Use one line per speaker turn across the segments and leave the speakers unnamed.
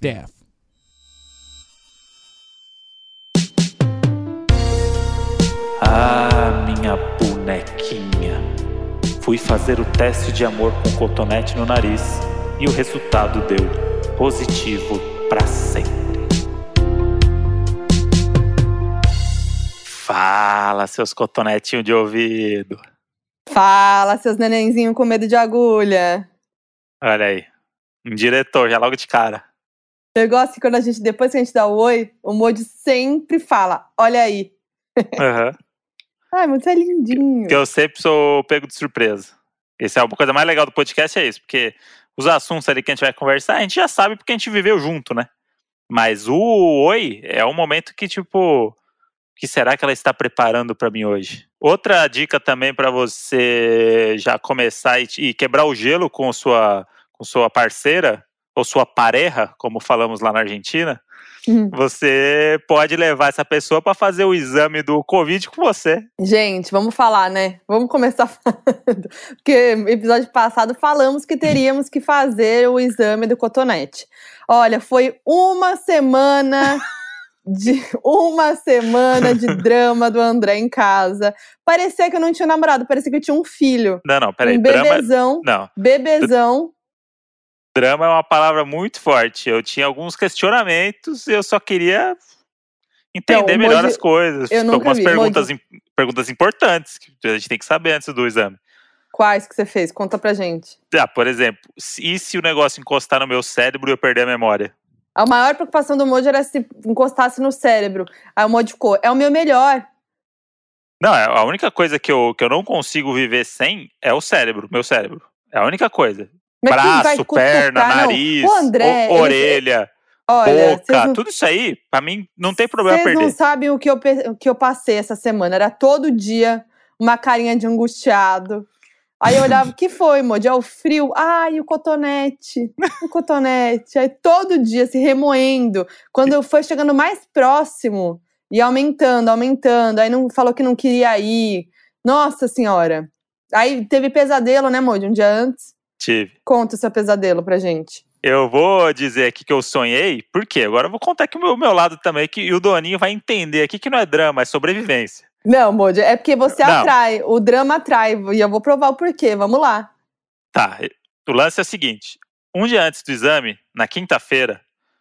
death.
Ah, minha bonequinha. Fui fazer o teste de amor com cotonete no nariz e o resultado deu positivo pra sempre. Fala, seus cotonetinhos de ouvido.
Fala, seus nenenzinhos com medo de agulha.
Olha aí, um diretor, já logo de cara.
Eu gosto que depois que a gente dá o oi, o Moji sempre fala, olha aí.
Uhum.
Ai, mas você é lindinho.
Porque eu sempre sou pego de surpresa. Essa é a coisa mais legal do podcast, é isso. Porque os assuntos ali que a gente vai conversar, a gente já sabe porque a gente viveu junto, né? Mas o oi é um momento que, tipo, o que será que ela está preparando pra mim hoje? Outra dica também pra você já começar e quebrar o gelo com sua parceira, ou sua pareja, como falamos lá na Argentina, você pode levar essa pessoa pra fazer o exame do Covid com você.
Gente, vamos falar, né? Vamos começar falando. Porque no episódio passado falamos que teríamos que fazer o exame do cotonete. Olha, foi uma semana de drama do André em casa. Parecia que eu não tinha namorado, parecia que eu tinha um filho.
Não, peraí.
Um bebezão. Bebezão.
Drama é uma palavra muito forte. Eu tinha alguns questionamentos e eu só queria entender melhor as coisas.
Eu nunca
algumas
vi.
perguntas importantes que a gente tem que saber antes do exame.
Quais que você fez? Conta pra gente.
Por exemplo, e se o negócio encostar no meu cérebro e eu perder a memória?
A maior preocupação do Moji era se encostasse no cérebro. Aí o Moji ficou, é o meu melhor.
Não, a única coisa que eu não consigo viver sem é o cérebro, meu cérebro. É a única coisa.
Mas
braço, perna, nariz, orelha, boca, tudo isso aí, pra mim, não tem problema perder.
Vocês não sabem o que eu passei essa semana. Era todo dia uma carinha de angustiado. Aí eu olhava, o que foi, Moji? É o frio? Ai, o cotonete. O cotonete. Aí todo dia se remoendo. Quando eu fui chegando mais próximo, e aumentando. Aí falou que não queria ir. Nossa Senhora. Aí teve pesadelo, né, Moji? Um dia antes.
Tive.
Conta o seu pesadelo pra gente.
Eu vou dizer aqui que eu sonhei, por quê? Agora eu vou contar aqui o meu lado também, e o Doninho vai entender aqui que não é drama, é sobrevivência.
Não, Moji, é porque você atrai, o drama atrai, e eu vou provar o porquê, vamos lá.
Tá, o lance é o seguinte, um dia antes do exame, na quinta-feira,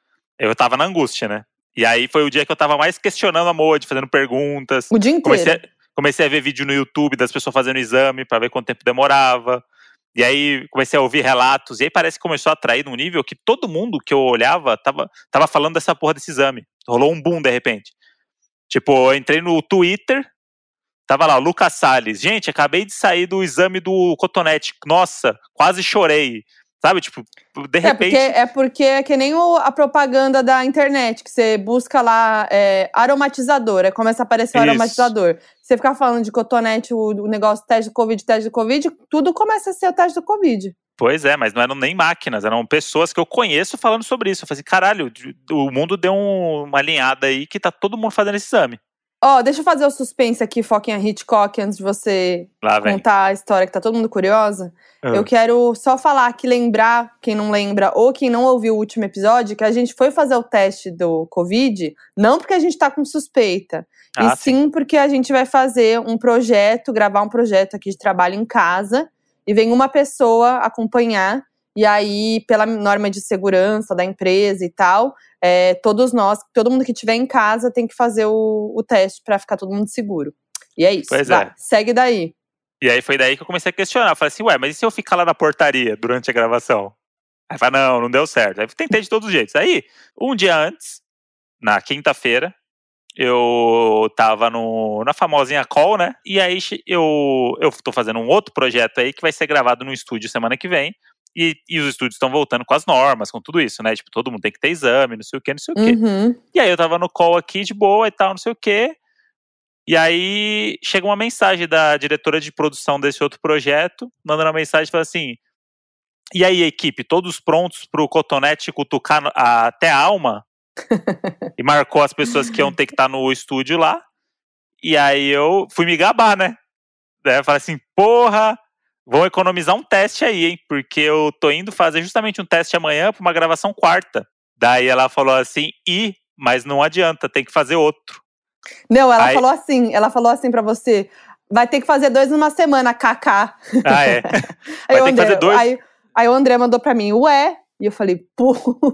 eu tava na angústia, né? E aí foi o dia que eu tava mais questionando a Moji, fazendo perguntas.
O dia inteiro.
Comecei a ver vídeo no YouTube das pessoas fazendo exame, pra ver quanto tempo demorava. E aí comecei a ouvir relatos, e aí parece que começou a atrair num nível que todo mundo que eu olhava tava falando dessa porra desse exame. Rolou um boom de repente. Tipo, eu entrei no Twitter, tava lá, Lucas Salles. Gente, acabei de sair do exame do cotonete. Nossa, quase chorei. Sabe, tipo, de repente...
Porque é que nem a propaganda da internet, que você busca lá aromatizador, aí começa a aparecer o aromatizador. Você ficar falando de cotonete, o negócio teste do Covid, tudo começa a ser o teste do Covid.
Pois é, mas não eram nem máquinas, eram pessoas que eu conheço falando sobre isso. Eu falei assim, caralho, o mundo deu uma alinhada aí que tá todo mundo fazendo esse exame.
Deixa eu fazer o suspense aqui, foca em Hitchcock, antes de você contar a história que tá todo mundo curiosa. Eu quero só falar que lembrar, quem não lembra ou quem não ouviu o último episódio, que a gente foi fazer o teste do Covid, não porque a gente tá com suspeita, e sim porque a gente vai fazer um projeto, gravar um projeto aqui de trabalho em casa, e vem uma pessoa acompanhar, e aí, pela norma de segurança da empresa e tal, todo mundo que estiver em casa tem que fazer o teste pra ficar todo mundo seguro. E é isso, segue daí.
E aí foi daí que eu comecei a questionar. Eu falei assim, mas e se eu ficar lá na portaria durante a gravação? Aí eu falei, não deu certo. Aí eu tentei de todos os jeitos. Aí, um dia antes, na quinta-feira, eu tava na famosinha call, né? E aí eu tô fazendo um outro projeto aí que vai ser gravado no estúdio semana que vem. E os estúdios estão voltando com as normas, com tudo isso, né? Tipo, todo mundo tem que ter exame, não sei o quê. E aí eu tava no call aqui de boa e tal, não sei o quê. E aí chega uma mensagem da diretora de produção desse outro projeto, mandando uma mensagem falando assim, e aí equipe, todos prontos pro cotonete cutucar até a alma? E marcou as pessoas que iam ter que estar no estúdio lá. E aí eu fui me gabar, né? Daí eu falei assim, porra, vou economizar um teste aí, hein? Porque eu tô indo fazer justamente um teste amanhã pra uma gravação quarta Daí ela falou assim, mas não adianta, tem que fazer outro.
Não, ela falou assim pra você, vai ter que fazer 2 numa semana, kaká.
Ah, é? Vai ter que fazer 2.
Aí o André mandou pra mim, ué? E eu falei, pô.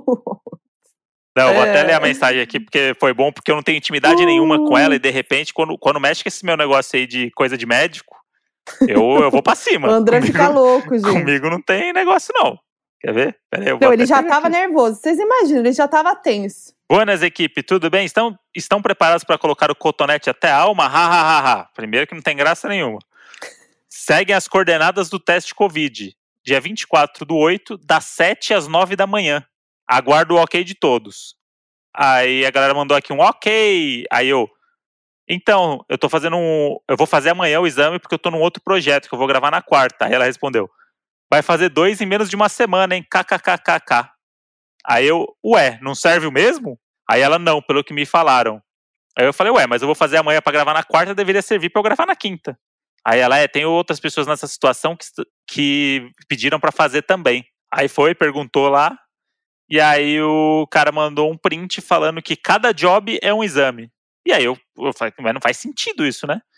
Não, vou até ler a mensagem aqui, porque foi bom, porque eu não tenho intimidade nenhuma com ela, e de repente, quando mexe com esse meu negócio aí de coisa de médico, eu vou pra cima.
O André fica louco, gente.
Comigo não tem negócio, não. Quer ver? Peraí, eu vou
não, ele já tava nervoso. Vocês imaginam, ele já tava tenso.
Buenas, equipe, tudo bem? Estão preparados para colocar o cotonete até a alma? Primeiro que não tem graça nenhuma. Seguem as coordenadas do teste Covid. Dia 24/8, das 7 às 9 da manhã. Aguardo o ok de todos. Aí a galera mandou aqui um ok. Aí então, eu vou fazer amanhã o exame porque eu tô num outro projeto que eu vou gravar na quarta. Aí ela respondeu, vai fazer 2 em menos de uma semana, hein? KKKKK. Aí não serve o mesmo? Aí ela, não, pelo que me falaram. Aí eu falei, mas eu vou fazer amanhã pra gravar na quarta, deveria servir pra eu gravar na quinta. Aí ela, tem outras pessoas nessa situação que pediram pra fazer também. Aí perguntou lá, e aí o cara mandou um print falando que cada job é um exame. E aí eu falei, mas não faz sentido isso, né?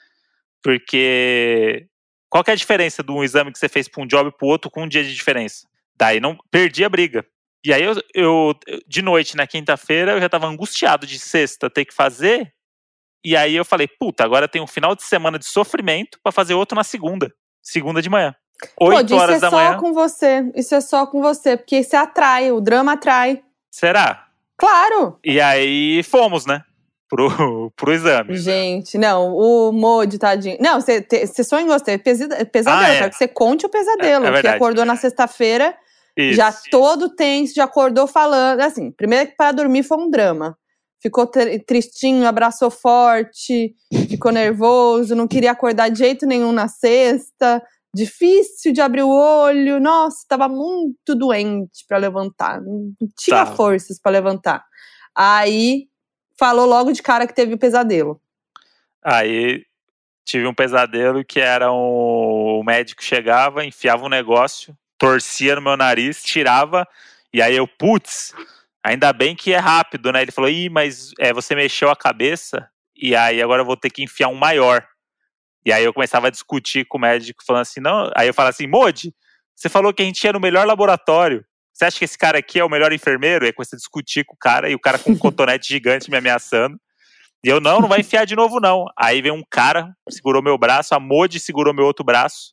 Porque qual que é a diferença de um exame que você fez pra um job pro outro com um dia de diferença? Daí não perdi a briga. E aí eu de noite, na quinta-feira, eu já tava angustiado de sexta ter que fazer. E aí eu falei, puta, agora tem um final de semana de sofrimento pra fazer outro na segunda de manhã. 8 horas da manhã.
Isso é só com você, porque você atrai, o drama atrai.
Será?
Claro!
E aí fomos, né? Pro exame.
Gente, não, o Modi, tadinho. Não, você sonhou, você teve pesadelo. Quero que você conte o pesadelo.
É
que acordou na sexta-feira, já todo tenso, já acordou falando. Assim, primeiro que para dormir foi um drama. Ficou tristinho, abraçou forte, ficou nervoso, não queria acordar de jeito nenhum na sexta. Difícil de abrir o olho. Nossa, tava muito doente para levantar. Não tinha forças para levantar. Aí falou logo de cara que teve o pesadelo.
Aí tive um pesadelo que era o médico chegava, enfiava um negócio, torcia no meu nariz, tirava, e aí putz, ainda bem que é rápido, né? Ele falou, mas você mexeu a cabeça, e aí agora eu vou ter que enfiar um maior. E aí eu começava a discutir com o médico, falando assim, não. Aí eu falava assim, Modi, você falou que a gente ia no melhor laboratório. Você acha que esse cara aqui é o melhor enfermeiro? E aí comecei a discutir com o cara, e o cara com um cotonete gigante me ameaçando. E eu, não vai enfiar de novo, não. Aí veio um cara, segurou meu braço, a Modi segurou meu outro braço.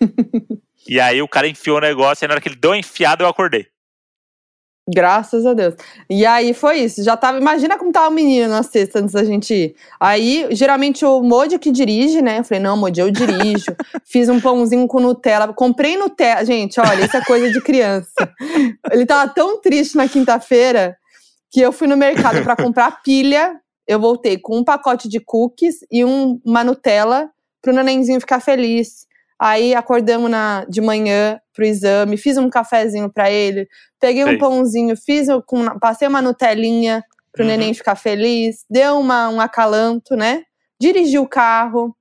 E aí o cara enfiou o negócio, e na hora que ele deu uma enfiada, eu acordei.
Graças a Deus. E aí foi isso. Já tava. Imagina como tava o menino na sexta antes da gente ir. Aí, geralmente, o Modi que dirige, né? Eu falei, não, Modi, eu dirijo. Fiz um pãozinho com Nutella. Comprei Nutella. Gente, olha, isso é coisa de criança. Ele tava tão triste na quinta-feira que eu fui no mercado pra comprar pilha. Eu voltei com um pacote de cookies e uma Nutella pro nenenzinho ficar feliz. Aí acordamos de manhã pro exame, fiz um cafezinho pra ele, peguei um pãozinho, passei uma Nutelinha pro neném ficar feliz, deu um acalanto, né? Dirigi o carro.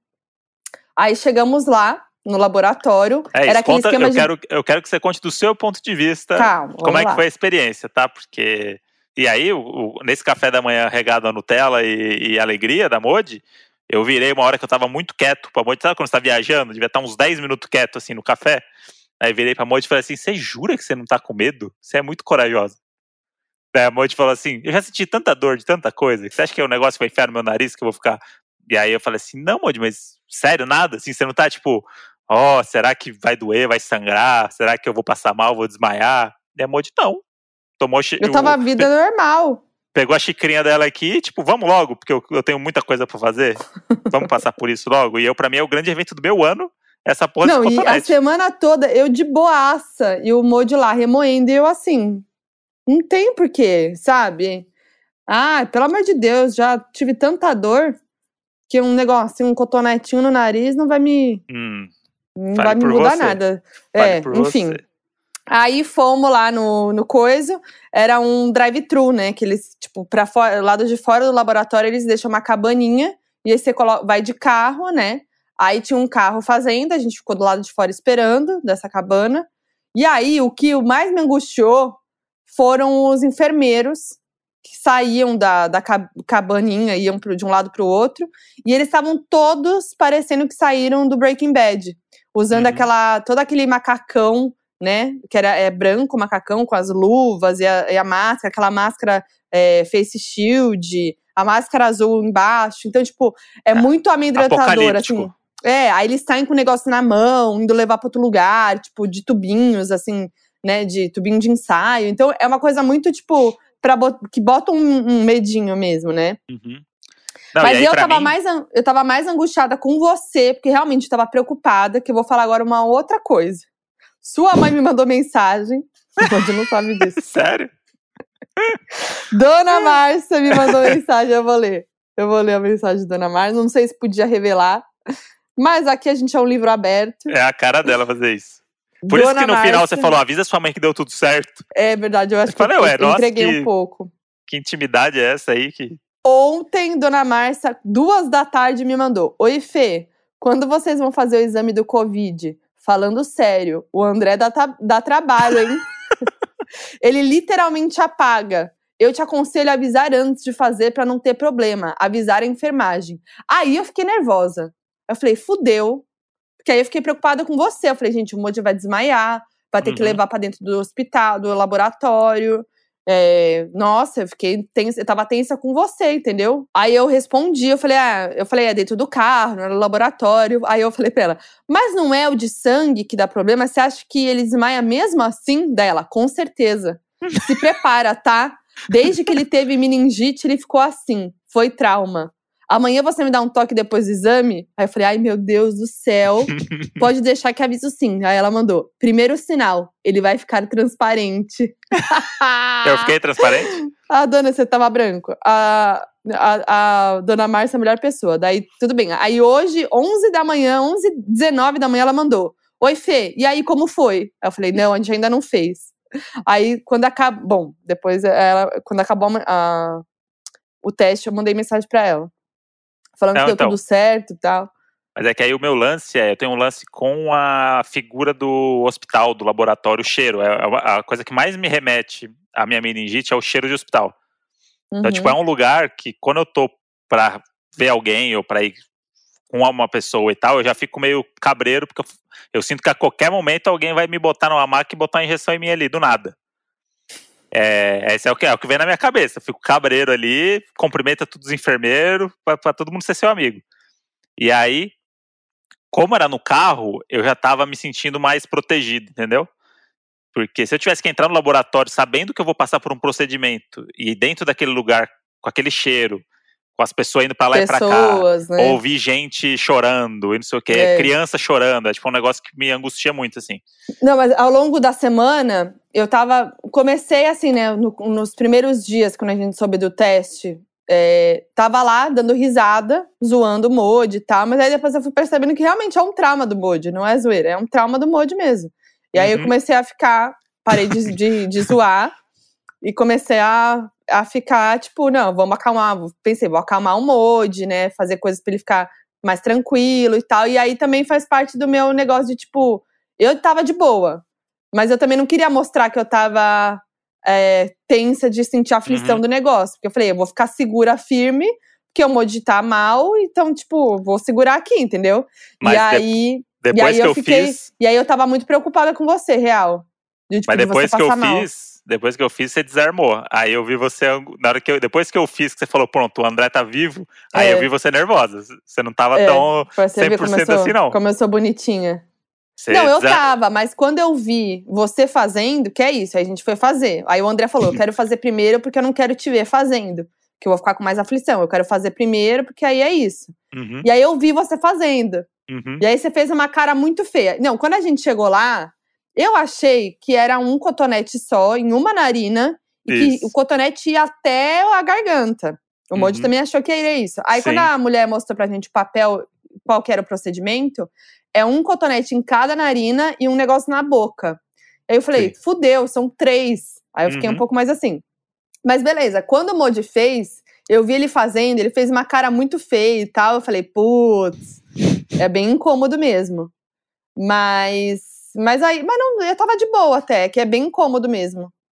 Aí chegamos lá no laboratório.
Era aquele esquema eu quero que você conte do seu ponto de vista.
Calma,
como é que foi a experiência, tá? Porque e aí, nesse café da manhã regado a Nutella e alegria da Modi, eu virei uma hora que eu tava muito quieto pra Modi. Sabe quando você tá viajando? Devia estar uns 10 minutos quieto, assim, no café. Aí virei pra Modi e falei assim, você jura que você não tá com medo? Você é muito corajosa. Daí a Modi falou assim, eu já senti tanta dor de tanta coisa, que você acha que o negócio vai enfiar no meu nariz que eu vou ficar... E aí eu falei assim, não, Modi, mas sério, nada? Assim, você não tá tipo, será que vai doer, vai sangrar? Será que eu vou passar mal, vou desmaiar? E a Modi, não.
Eu tava vida normal.
Pegou a xicrinha dela aqui, tipo, vamos logo, porque eu tenho muita coisa pra fazer. Vamos passar por isso logo. E pra mim é o grande evento do meu ano, essa porra de cotonete.
Não, e a semana toda, eu de boaça, e o Modi lá remoendo, e eu assim, não tem porquê, sabe? Pelo amor de Deus, já tive tanta dor, que um negocinho, um cotonetinho no nariz não vai me... não vai me mudar nada. Enfim. Você. Aí fomos lá no coisa, era um drive-thru, né? Que eles, tipo, lado de fora do laboratório, eles deixam uma cabaninha, e aí você vai de carro, né? Aí tinha um carro fazenda, a gente ficou do lado de fora esperando, dessa cabana. E aí, o que mais me angustiou foram os enfermeiros que saíam da cabaninha, iam de um lado pro outro. E eles estavam todos parecendo que saíram do Breaking Bad. Usando todo aquele macacão, né? Que era branco, macacão, com as luvas e a máscara. Aquela máscara face shield, a máscara azul embaixo. Então, tipo, muito amedrontador, assim. Aí eles saem com o negócio na mão, indo levar pra outro lugar, tipo, de tubinhos, assim, né? De tubinho de ensaio. Então, é uma coisa muito, tipo, que bota um medinho mesmo, né?
Não,
mas eu tava mais angustiada com você, porque realmente eu tava preocupada, que eu vou falar agora uma outra coisa. Sua mãe me mandou mensagem. Você não sabe disso.
Sério?
Dona Márcia me mandou mensagem, eu vou ler. Eu vou ler a mensagem de Dona Márcia. Não sei se podia revelar. Mas aqui a gente é um livro aberto.
É a cara dela fazer isso. Por Dona isso que no Márcia, final você falou, avisa sua mãe que deu tudo certo.
É verdade, eu acho que eu entreguei um pouco.
Que intimidade é essa aí?
Ontem, Dona Márcia, 2h me mandou. Oi, Fê, quando vocês vão fazer o exame do Covid? Falando sério, o André dá trabalho, hein? Ele literalmente apaga. Eu te aconselho a avisar antes de fazer pra não ter problema. Avisar a enfermagem. Aí eu fiquei nervosa. Eu falei, fudeu. Porque aí eu fiquei preocupada com você. Eu falei, gente, o Moody vai desmaiar. Vai ter que levar pra dentro do hospital, do laboratório. Nossa, eu tava tensa com você, entendeu? Aí eu respondi, eu falei, é dentro do carro, no laboratório. Aí eu falei pra ela, mas não é o de sangue que dá problema? Você acha que ele desmaia mesmo assim? Daí ela, com certeza. Se prepara, tá? Desde que ele teve meningite, ele ficou assim. Foi trauma. Amanhã você me dá um toque depois do exame? Aí eu falei, ai meu Deus do céu. Pode deixar que aviso sim. Aí ela mandou, primeiro sinal, ele vai ficar transparente.
Eu fiquei transparente?
Dona, você tava branco. A Dona Márcia é a melhor pessoa. Daí, tudo bem. Aí hoje, 11h19 da manhã, ela mandou. Oi, Fê, e aí, como foi? Aí eu falei, não, a gente ainda não fez. Aí, quando acabou… Bom, depois, quando acabou o teste, eu mandei mensagem pra ela. Falando que deu tudo certo e tal.
Mas é que aí o meu lance eu tenho um lance com a figura do hospital, do laboratório, o cheiro. A coisa que mais me remete à minha meningite é o cheiro de hospital. Então, tipo, é um lugar que quando eu tô pra ver alguém ou pra ir com uma pessoa e tal, eu já fico meio cabreiro, porque eu sinto que a qualquer momento alguém vai me botar numa máquina e botar uma injeção em mim ali, do nada. Esse é o que vem na minha cabeça. Eu fico cabreiro ali, cumprimenta todos os enfermeiros, pra todo mundo ser seu amigo. E aí, como era no carro, eu já tava me sentindo mais protegido, entendeu? Porque se eu tivesse que entrar no laboratório sabendo que eu vou passar por um procedimento e dentro daquele lugar, com aquele cheiro, com as pessoas indo pra lá e pra cá,
né?
ouvir gente chorando e não sei o que, criança chorando, é tipo um negócio que me angustia muito, assim.
Não, mas ao longo da semana, comecei assim, né, nos primeiros dias, quando a gente soube do teste, tava lá dando risada, zoando o Moody e tal, mas aí depois eu fui percebendo que realmente é um trauma do Moody, não é zoeira, é um trauma do Moody mesmo. E aí eu comecei a parei de zoar e comecei a ficar, tipo, não, vamos acalmar, pensei, vou acalmar o Moody, né, fazer coisas pra ele ficar mais tranquilo e tal, e aí também faz parte do meu negócio de, tipo, eu tava de boa, mas eu também não queria mostrar que eu tava tensa de sentir a aflição do negócio. Porque eu falei, eu vou ficar segura, firme, porque o Moody tá mal, então, tipo, vou segurar aqui, entendeu?
Mas depois que eu fiz…
E aí eu tava muito preocupada com você, real.
Mas depois que eu fiz, você desarmou. Aí eu vi você, depois que eu fiz, que você falou, pronto, o André tá vivo, aí eu vi você nervosa. Você não tava tão 100% assim, não.
Como eu sou bonitinha. Não, eu tava, mas quando eu vi você fazendo, que é isso, aí a gente foi fazer. Aí o André falou, eu quero fazer primeiro porque eu não quero te ver fazendo, que eu vou ficar com mais aflição. Eu quero fazer primeiro porque aí é isso. E aí eu vi você fazendo. E aí você fez uma cara muito feia. Não, quando a gente chegou lá, eu achei que era um cotonete só, em uma narina, e que o cotonete ia até a garganta. O Moody também achou que era isso. Aí quando a mulher mostrou pra gente o papel, qual que era o procedimento, é um cotonete em cada narina e um negócio na boca. Aí eu falei, fudeu, são 3. Aí eu fiquei um pouco mais assim. Mas beleza, quando o Moody fez, eu vi ele fazendo, ele fez uma cara muito feia e tal. Eu falei, putz, é bem incômodo mesmo. Mas não, eu tava de boa até, que é bem incômodo mesmo.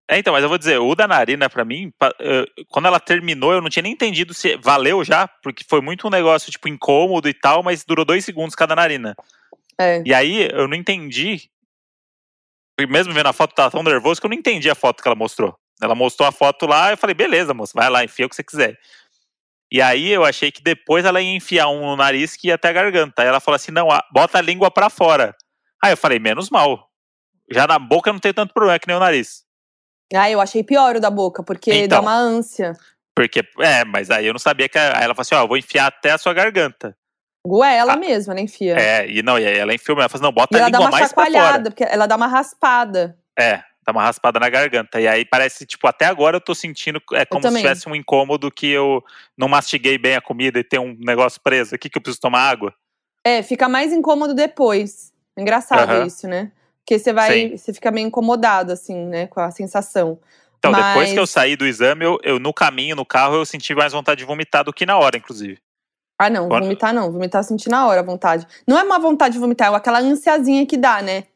Então, mas eu vou dizer, o da narina, pra mim, quando ela terminou, eu não tinha nem entendido se valeu já, porque foi muito um negócio, tipo, incômodo e tal, mas durou 2 segundos cada narina. E aí, eu não entendi, mesmo vendo a foto, tava tão nervoso que eu não entendi a foto que ela mostrou. Ela mostrou a foto lá, eu falei, beleza, moça, vai lá, enfia o que você quiser. E aí, eu achei que depois ela ia enfiar um no nariz que ia até a garganta. Aí ela falou assim, não, bota a língua pra fora. Aí eu falei, menos mal. Já na boca não tem tanto problema que nem o nariz.
Eu achei pior o da boca, porque
então,
dá uma ânsia.
Porque, mas aí eu não sabia que. Aí ela falou assim: ó, eu vou enfiar até a sua garganta.
Goela mesma, ela enfia.
E aí ela enfiou, ela falou assim: não, bota
e
a língua mais pra fora.
Ela dá uma chacoalhada, porque ela dá uma raspada.
Dá uma raspada na garganta. E aí parece, tipo, até agora eu tô sentindo como se tivesse um incômodo que eu não mastiguei bem a comida e tem um negócio preso aqui que eu preciso tomar água.
Fica mais incômodo depois. Engraçado isso, né? Porque você fica meio incomodado, assim, né, com a sensação.
Então, depois que eu saí do exame, eu no caminho, no carro, eu senti mais vontade de vomitar do que na hora, inclusive.
Não, vomitar não. Vomitar eu senti na hora a vontade. Não é uma vontade de vomitar, é aquela ansiazinha que dá, né?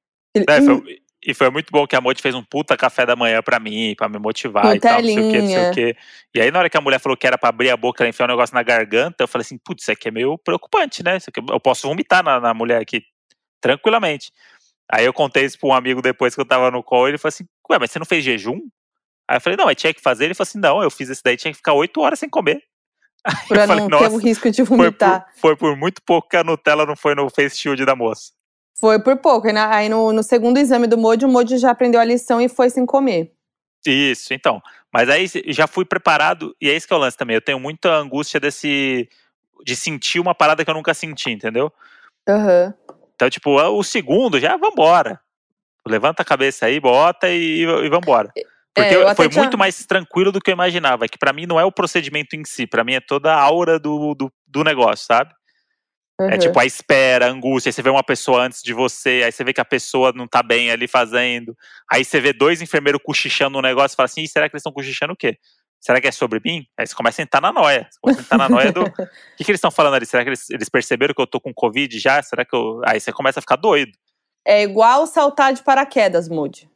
E foi muito bom que a Moti fez um puta café da manhã pra mim, pra me motivar
Nutelinha.
E tal, não sei o quê. E aí, na hora que a mulher falou que era pra abrir a boca, ela enfiar um negócio na garganta, eu falei assim, putz, isso aqui é meio preocupante, né? Isso aqui, eu posso vomitar na mulher aqui, tranquilamente. Aí eu contei isso pra um amigo depois que eu tava no call, e ele falou assim, ué, mas você não fez jejum? Aí eu falei, não, mas tinha que fazer. Ele falou assim, não, eu fiz esse daí, tinha que ficar 8 horas sem comer. Aí
pra não ter o risco de vomitar.
Foi por muito pouco que a Nutella não foi no face shield da moça.
Foi por pouco. Aí no segundo exame do Modi, o Modi já aprendeu a lição e foi sem comer.
Isso, então. Mas aí já fui preparado, e é isso que é o lance também. Eu tenho muita angústia de sentir uma parada que eu nunca senti, entendeu? Então, tipo, o segundo já, vambora. Levanta a cabeça aí, bota e vambora. Porque foi muito mais tranquilo do que eu imaginava. Que pra mim não é o procedimento em si, pra mim é toda a aura do negócio, sabe? É tipo a espera, a angústia. Aí você vê uma pessoa antes de você, aí você vê que a pessoa não tá bem ali fazendo. Aí você vê 2 enfermeiros cochichando no negócio e fala assim: será que eles estão cochichando o quê? Será que é sobre mim? Aí você começa a entrar na noia. Você começa a entrar na noia do. O que eles estão falando ali? Será que eles perceberam que eu tô com Covid já? Será que eu. Aí você começa a ficar doido.
É igual saltar de paraquedas, Moody.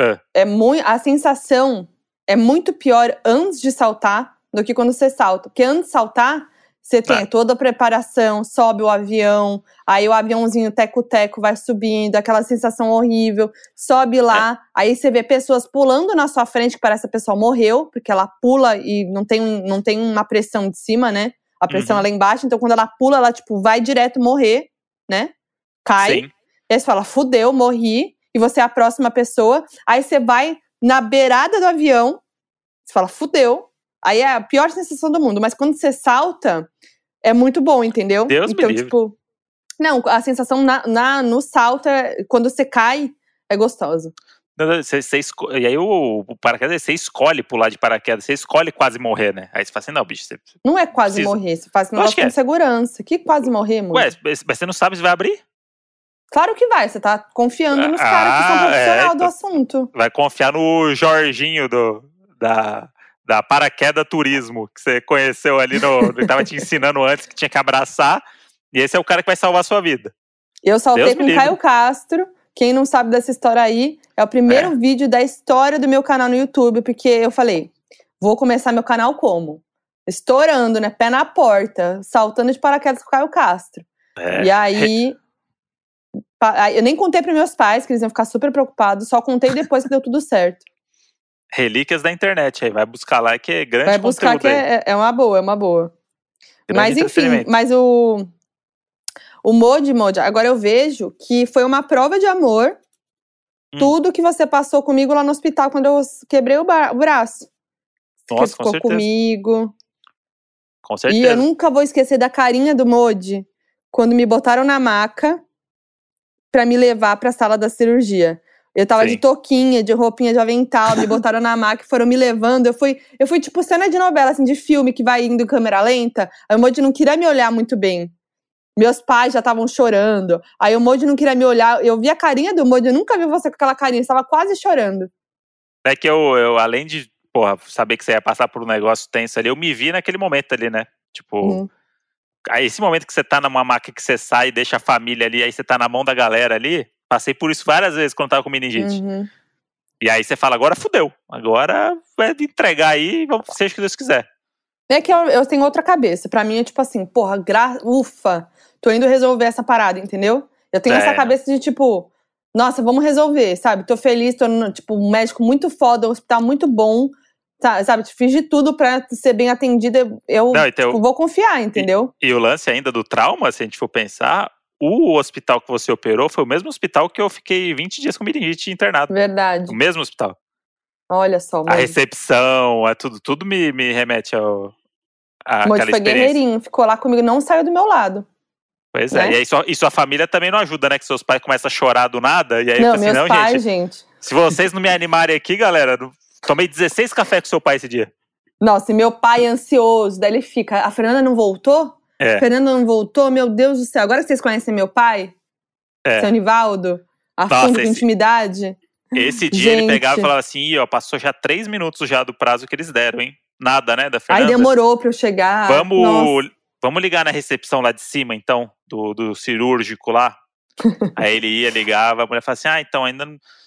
A sensação é muito pior antes de saltar do que quando você salta. Porque antes de saltar, você tem toda a preparação, sobe o avião, aí o aviãozinho teco-teco vai subindo, aquela sensação horrível, sobe lá, aí você vê pessoas pulando na sua frente, que parece que a pessoa morreu, porque ela pula e não tem uma pressão de cima, né? A pressão é lá embaixo, então quando ela pula, ela tipo, vai direto morrer, né? Cai. Sim. E aí você fala, fudeu, morri, e você é a próxima pessoa. Aí você vai na beirada do avião, você fala, fudeu. Aí é a pior sensação do mundo. Mas quando você salta, é muito bom, entendeu?
Deus
então,
me livre.
Tipo, não, a sensação no salto, quando você cai, é gostoso.
E aí o paraquedas, você escolhe pular de paraquedas, você escolhe quase morrer, né? Aí você fala assim, não, bicho, você
não é quase morrer, você faz um negócio com segurança. Que quase morrer, mano?
Mas você não sabe se vai abrir?
Claro que vai, você tá confiando nos caras que são profissionais do assunto.
Vai confiar no Jorginho da Paraqueda Turismo, que você conheceu ali ele tava te ensinando antes que tinha que abraçar, e esse é o cara que vai salvar a sua vida.
Eu saltei com o Caio Castro. Quem não sabe dessa história aí, é o primeiro vídeo da história do meu canal no YouTube, porque eu falei, vou começar meu canal como? Estourando, né? Pé na porta, saltando de paraquedas com o Caio Castro. E aí, eu nem contei para meus pais, que eles iam ficar super preocupados, só contei depois que deu tudo certo.
Relíquias da internet, aí vai buscar lá que é grande
vai buscar
conteúdo.
Que é uma boa, é uma boa.
Grande
mas enfim, mas o Modi, agora eu vejo que foi uma prova de amor tudo que você passou comigo lá no hospital quando eu quebrei o braço.
Nossa,
você ficou comigo.
Com certeza.
E eu nunca vou esquecer da carinha do Modi quando me botaram na maca pra me levar pra sala da cirurgia. Eu tava de touquinha, de roupinha de avental, me botaram na maca e foram me levando. Eu fui tipo cena de novela, assim, de filme que vai indo em câmera lenta. Aí o Modi não queria me olhar muito bem. Meus pais já estavam chorando. Aí o Modi não queria me olhar. Eu vi a carinha do Modi, eu nunca vi você com aquela carinha. Você tava quase chorando.
É que eu além de, saber que você ia passar por um negócio tenso ali, eu me vi naquele momento ali, né? Tipo, aí esse momento que você tá numa maca que você sai e deixa a família ali, aí você tá na mão da galera ali, passei por isso várias vezes quando tava com meningite. E aí você fala, agora fudeu. Agora vai entregar aí, seja o que Deus quiser.
É que eu tenho outra cabeça. Pra mim é tipo assim, porra, ufa, tô indo resolver essa parada, entendeu? Eu tenho essa cabeça de tipo, nossa, vamos resolver, sabe? Tô feliz, tô no, tipo, um médico muito foda, um hospital muito bom, sabe? Fiz de tudo pra ser bem atendida. Eu tipo, vou confiar, entendeu?
E o lance ainda do trauma, se a gente for pensar, o hospital que você operou foi o mesmo hospital que eu fiquei 20 dias com meningite internado.
Verdade.
O mesmo hospital.
Olha só,
a recepção, tudo me remete ao
Moody foi guerreirinho, ficou lá comigo, não saiu do meu lado.
Pois é, e aí sua família também não ajuda, né? Que seus pais começam a chorar do nada. E aí
não, meus pais, gente.
Se vocês não me animarem aqui, galera, tomei 16 cafés com seu pai esse dia.
Nossa, e meu pai é ansioso, daí ele fica, a Fernanda não voltou? Fernanda não voltou? Meu Deus do céu, agora que vocês conhecem meu pai, seu Nivaldo, a fundo de intimidade.
Esse dia ele pegava e falava assim, ó, passou já 3 minutos já do prazo que eles deram, hein? Nada, né, da Fernanda?
Aí demorou pra eu chegar.
Vamos ligar na recepção lá de cima, então, do cirúrgico lá. Aí ele ia, ligava, a mulher falava assim, então ainda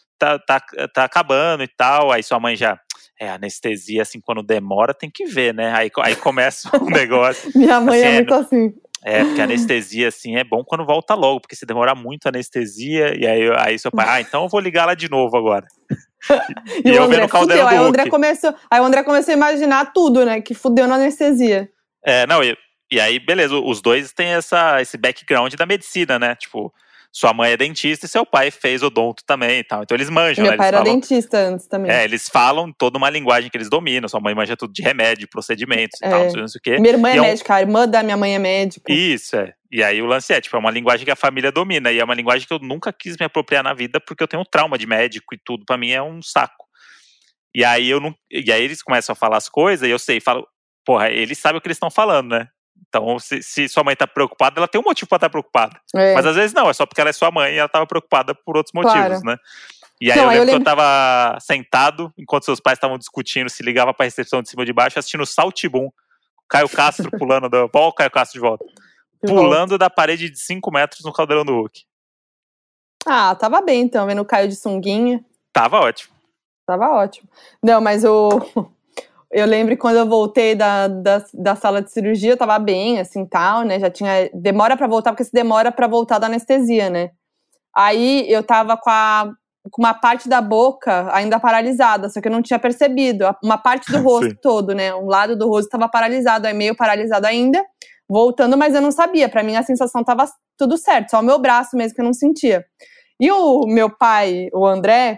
tá acabando e tal. Aí sua mãe já, anestesia, assim, quando demora tem que ver, né? Aí começa o negócio.
Minha mãe assim, é muito assim.
Porque anestesia, assim, é bom quando volta logo, porque se demorar muito a anestesia, e aí seu pai, então eu vou ligar lá de novo agora.
E eu vendo o caldeirão do Hulk. Aí o André começou a imaginar tudo, né, que fudeu na anestesia.
E aí, beleza, os dois têm esse background da medicina, né, tipo, sua mãe é dentista e seu pai fez odonto também e tal, então eles manjam,
Meu pai era dentista antes também.
Eles falam toda uma linguagem que eles dominam, sua mãe manja tudo de remédio, procedimentos e tal, não sei o quê.
Minha irmã é médica, a irmã da minha mãe é médica.
Isso, E aí o lance é uma linguagem que a família domina, e é uma linguagem que eu nunca quis me apropriar na vida, porque eu tenho um trauma de médico e tudo, pra mim é um saco. E aí eles começam a falar as coisas, e eu falo, porra, eles sabem o que eles estão falando, né? Então, se sua mãe tá preocupada, ela tem um motivo pra estar preocupada. Mas às vezes não, é só porque ela é sua mãe e ela tava preocupada por outros motivos, né? E aí eu lembro que eu tava sentado, enquanto seus pais estavam discutindo se ligava pra recepção de cima ou de baixo, assistindo o Saltibum. Caio Castro pulando Olha o Caio Castro de volta. Pulando da parede de 5 metros no caldeirão do Hulk.
Ah, tava bem então, vendo o Caio de sunguinha.
Tava ótimo.
Tava ótimo. Não, mas eu lembro quando eu voltei da sala de cirurgia, eu tava bem, assim, tal, né? Já tinha... Demora pra voltar, porque se demora pra voltar da anestesia, né? Aí eu tava com uma parte da boca ainda paralisada, só que eu não tinha percebido. Uma parte do rosto todo, né? Um lado do rosto tava paralisado, aí meio paralisado ainda, voltando, mas eu não sabia. Pra mim a sensação tava tudo certo, só o meu braço mesmo que eu não sentia. E o meu pai, o André,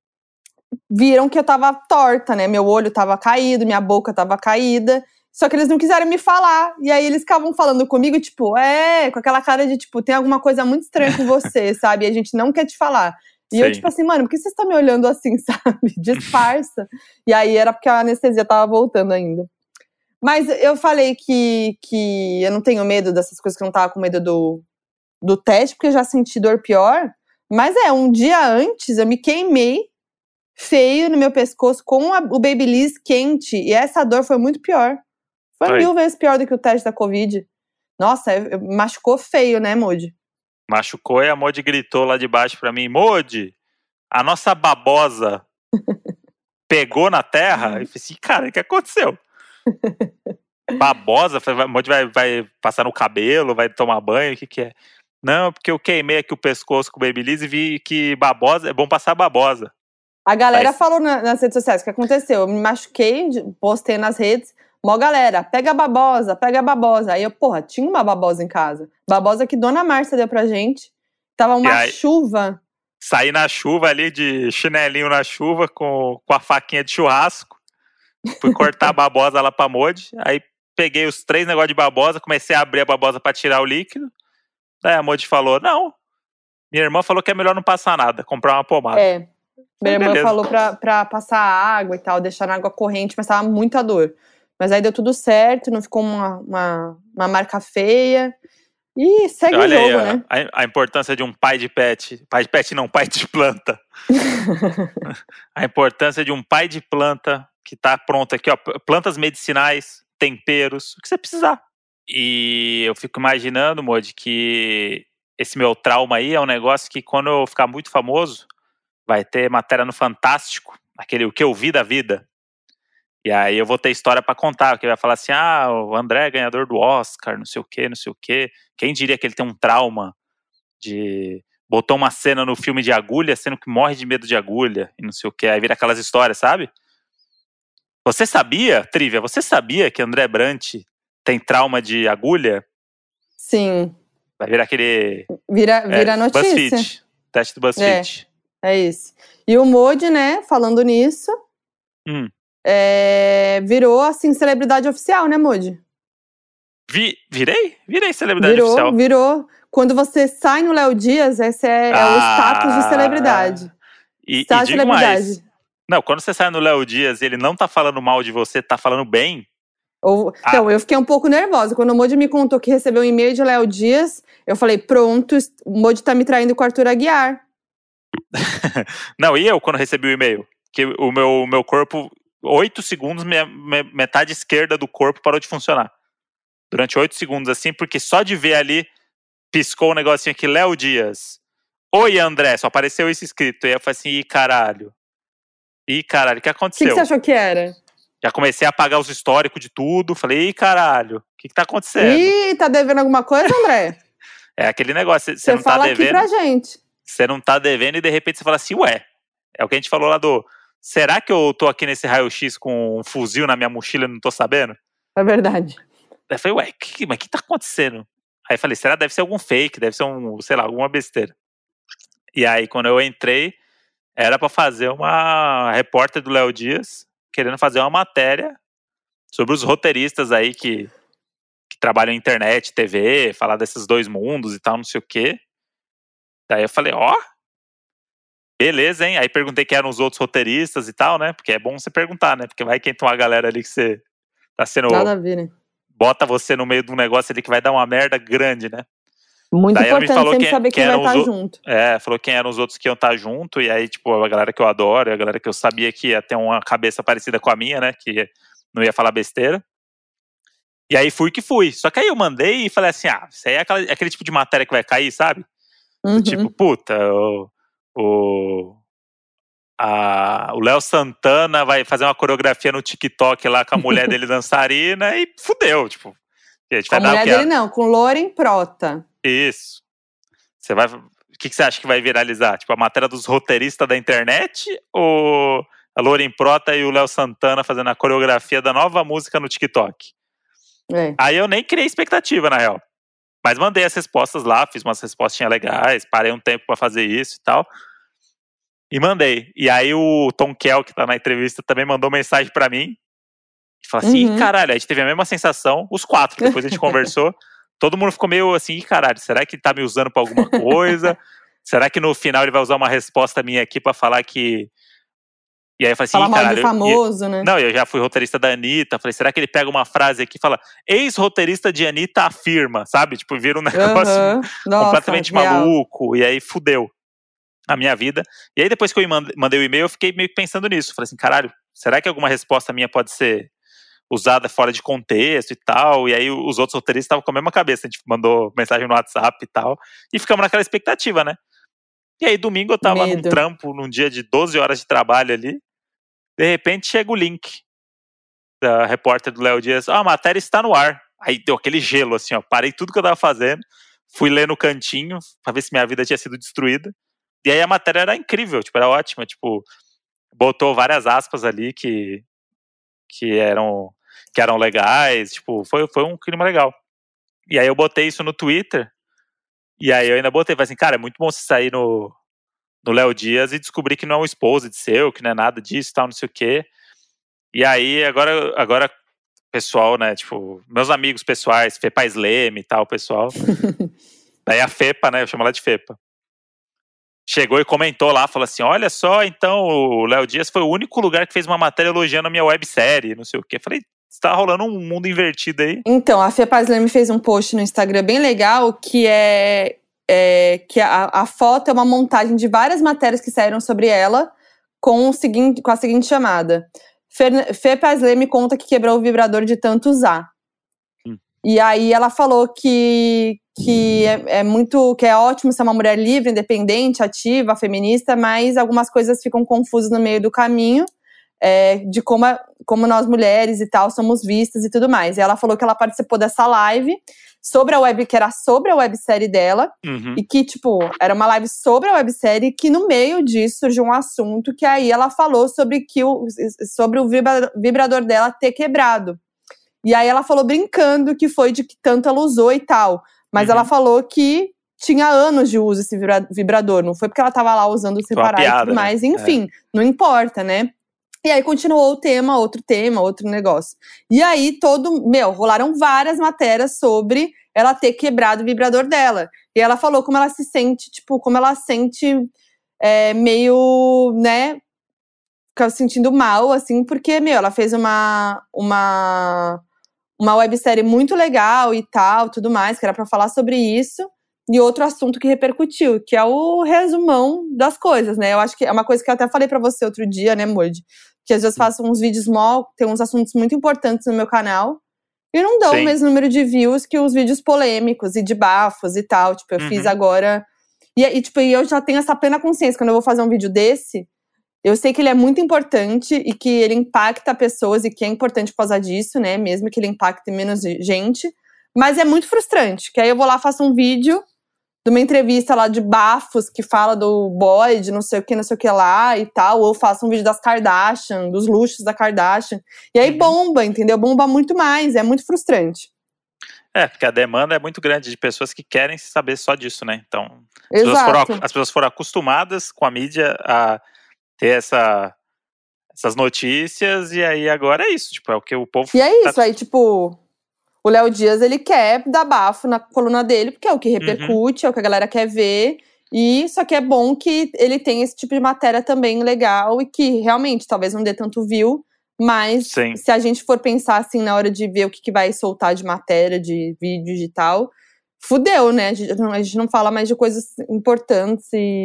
viram que eu tava torta, né? Meu olho tava caído, minha boca tava caída. Só que eles não quiseram me falar. E aí eles ficavam falando comigo, tipo, com aquela cara de, tipo, tem alguma coisa muito estranha com você, sabe? E a gente não quer te falar. E eu, tipo assim, mano, por que vocês estão me olhando assim, sabe? Disfarça. E aí era porque a anestesia tava voltando ainda. Mas eu falei que eu não tenho medo dessas coisas, que eu não tava com medo do teste, porque eu já senti dor pior. Mas um dia antes eu me queimei feio no meu pescoço com o Babyliss quente. E essa dor foi muito pior. Foi 1000 vezes pior do que o teste da Covid. Nossa, machucou feio, né, Moody?
Machucou e a Moody gritou lá de baixo pra mim, Moody, a nossa babosa pegou na terra? Eu falei assim, cara, o que aconteceu? Babosa? A Moody vai passar no cabelo, vai tomar banho, o que é? Não, porque eu queimei aqui o pescoço com o Babyliss e vi que babosa, é bom passar babosa.
A galera falou nas redes sociais o que aconteceu. Eu me machuquei, postei nas redes. Mó galera, pega a babosa, pega a babosa. Aí eu, porra, tinha uma babosa em casa. Babosa que Dona Márcia deu pra gente. Tava uma chuva.
Saí na chuva ali, de chinelinho na chuva, com a faquinha de churrasco. Fui cortar a babosa lá pra Moody. Aí peguei os 3 negócios de babosa, comecei a abrir a babosa pra tirar o líquido. Daí a Moody falou, não, minha irmã falou que é melhor não passar nada, comprar uma pomada.
Minha irmã falou pra passar água e tal, deixar na água corrente, mas tava muita dor. Mas aí deu tudo certo, não ficou uma marca feia. E segue o jogo,
aí,
né?
A importância de um pai de pet. Pai de pet não, pai de planta. A importância de um pai de planta que tá pronto aqui, ó. Plantas medicinais, temperos, o que você precisar. E eu fico imaginando, Moody, que esse meu trauma aí é um negócio que quando eu ficar muito famoso, vai ter matéria no Fantástico, aquele O Que Eu Vi da Vida. E aí eu vou ter história pra contar, porque vai falar assim, o André é ganhador do Oscar, não sei o quê, não sei o quê. Quem diria que ele tem um trauma botou uma cena no filme de agulha, sendo que morre de medo de agulha, e não sei o quê. Aí vira aquelas histórias, sabe? Você sabia, Trivia, que André Brant tem trauma de agulha?
Sim.
Vai virar aquele...
Vira notícia.
BuzzFeed, teste do BuzzFeed.
É isso. E o Modi, né, falando nisso, virou, assim, celebridade oficial, né, Modi?
Virei celebridade oficial.
Virou. Quando você sai no Léo Dias, esse é o status de celebridade.
E digo mais. Não, quando você sai no Léo Dias e ele não tá falando mal de você, tá falando bem.
Então, eu fiquei um pouco nervosa. Quando o Modi me contou que recebeu um e-mail de Léo Dias, eu falei, pronto, o Modi tá me traindo com o Arthur Aguiar.
Não, e eu quando recebi o e-mail? Que o meu corpo, 8 segundos, metade esquerda do corpo parou de funcionar. Durante 8 segundos, assim, porque só de ver ali, piscou um negocinho aqui, Léo Dias. Oi, André, só apareceu isso escrito. E eu falei assim, ih, caralho, o que aconteceu?
O que você achou que era?
Já comecei a apagar os históricos de tudo. Falei, ih, caralho, o que tá acontecendo?
Ih, tá devendo alguma coisa, André?
É aquele negócio,
você não fala tá devendo. Aqui pra gente.
Você não tá devendo e de repente você fala assim, ué, é o que a gente falou lá será que eu tô aqui nesse raio-x com um fuzil na minha mochila e não tô sabendo?
É verdade.
Aí eu falei, ué, mas o que tá acontecendo? Aí eu falei, será que deve ser algum fake, deve ser alguma besteira. E aí quando eu entrei, era pra fazer uma repórter do Léo Dias, querendo fazer uma matéria sobre os roteiristas aí que trabalham em internet, TV, falar desses dois mundos e tal, não sei o quê. Daí eu falei, beleza, hein? Aí perguntei quem eram os outros roteiristas e tal, né? Porque é bom você perguntar, né? Porque vai que entra uma galera ali que você tá sendo...
Nada a ver, né?
Bota você no meio de um negócio ali que vai dar uma merda grande, né?
Muito daí importante ela me falou sempre saber quem vai estar junto.
Falou quem eram os outros que iam estar junto. E aí, tipo, a galera que eu adoro, a galera que eu sabia que ia ter uma cabeça parecida com a minha, né? Que não ia falar besteira. E aí fui que fui. Só que aí eu mandei e falei assim, isso aí é aquele tipo de matéria que vai cair, sabe? Do tipo, puta, o Léo Santana vai fazer uma coreografia no TikTok lá com a mulher dele dançarina e fudeu, tipo.
Com a mulher dele não, com Loren Prota.
Isso. O que você acha que vai viralizar? Tipo, a matéria dos roteiristas da internet ou a Loren Prota e o Léo Santana fazendo a coreografia da nova música no TikTok? Aí eu nem criei expectativa, na real. Mas mandei as respostas lá, fiz umas respostinhas legais, parei um tempo pra fazer isso e tal. E mandei. E aí o Tom Kell, que tá na entrevista, também mandou mensagem pra mim. E falou assim, caralho, a gente teve a mesma sensação, os 4, depois a gente conversou. Todo mundo ficou meio assim, caralho, será que ele tá me usando pra alguma coisa? Será que no final ele vai usar uma resposta minha aqui pra falar que... E aí eu falei assim,
fala mal de famoso, né?
Não, eu já fui roteirista da Anitta, falei, será que ele pega uma frase aqui e fala, ex-roteirista de Anitta afirma, sabe? Tipo, vira um negócio completamente maluco, e aí fudeu a minha vida. E aí depois que eu mandei o e-mail, eu fiquei meio que pensando nisso. Falei assim, caralho, será que alguma resposta minha pode ser usada fora de contexto e tal? E aí os outros roteiristas estavam com a mesma cabeça, a gente mandou mensagem no WhatsApp e tal, e ficamos naquela expectativa, né? E aí domingo eu tava num trampo, num dia de 12 horas de trabalho ali, de repente chega o link da repórter do Léo Dias, a matéria está no ar. Aí deu aquele gelo, assim, ó, parei tudo que eu tava fazendo, fui ler no cantinho, pra ver se minha vida tinha sido destruída, e aí a matéria era incrível, tipo, era ótima, tipo, botou várias aspas ali que eram legais, tipo, foi um clima legal. E aí eu botei isso no Twitter, e aí eu ainda botei, falei assim, cara, é muito bom você sair no Léo Dias e descobrir que não é um exposed seu, que não é nada disso, tal, não sei o quê. E aí, agora pessoal, né, tipo, meus amigos pessoais, Fepa Sleme e tal, pessoal. Daí a Fepa, né, eu chamo ela de Fepa. Chegou e comentou lá, falou assim, olha só, então o Léo Dias foi o único lugar que fez uma matéria elogiando a minha websérie, não sei o quê. Falei, está rolando um mundo invertido aí.
Então, a Fepa Sleme fez um post no Instagram bem legal, que que a foto é uma montagem de várias matérias que saíram sobre ela, com a seguinte chamada. Fepa Sleme conta que quebrou o vibrador de tanto usar. E aí ela falou que que que é ótimo ser uma mulher livre, independente, ativa, feminista, mas algumas coisas ficam confusas no meio do caminho, de como nós mulheres e tal somos vistas e tudo mais. E ela falou que ela participou dessa live que era sobre a websérie dela, e que, tipo, era uma live sobre a websérie, que no meio disso surgiu um assunto que aí ela falou sobre o vibrador dela ter quebrado. E aí ela falou brincando que foi de que tanto ela usou e tal. Mas ela falou que tinha anos de uso esse vibrador. Não foi porque ela tava lá usando separado e tudo mais. Né? Enfim, não importa, né? E aí continuou o tema, outro negócio. E aí rolaram várias matérias sobre ela ter quebrado o vibrador dela. E ela falou como ela se sente, meio, né, fica se sentindo mal, assim, porque, ela fez uma websérie muito legal e tal, tudo mais, que era pra falar sobre isso. E outro assunto que repercutiu, que é o resumão das coisas, né? Eu acho que é uma coisa que eu até falei pra você outro dia, né, Moody? Que às vezes faço uns vídeos tem uns assuntos muito importantes no meu canal, e não dão o mesmo número de views que os vídeos polêmicos e de bafos e tal. Tipo, eu fiz agora… E eu já tenho essa plena consciência, quando eu vou fazer um vídeo desse, eu sei que ele é muito importante e que ele impacta pessoas e que é importante por causa disso, né? Mesmo que ele impacte menos gente. Mas é muito frustrante, que aí eu vou lá, faço um vídeo de uma entrevista lá de bafos que fala do boy, de não sei o que lá e tal. Ou faço um vídeo das Kardashian, dos luxos da Kardashian. E aí bomba, entendeu? Bomba muito mais, é muito frustrante.
Porque a demanda é muito grande de pessoas que querem saber só disso, né? Então, as pessoas foram acostumadas com a mídia a ter essas notícias, e aí agora é isso, tipo, é o que o povo…
E é isso, aí tipo… O Léo Dias, ele quer dar bafo na coluna dele, porque é o que repercute, é o que a galera quer ver. E só que é bom que ele tenha esse tipo de matéria também legal e que realmente talvez não dê tanto view, mas se a gente for pensar assim na hora de ver o que vai soltar de matéria, de vídeo e tal, fudeu, né? A gente não fala mais de coisas importantes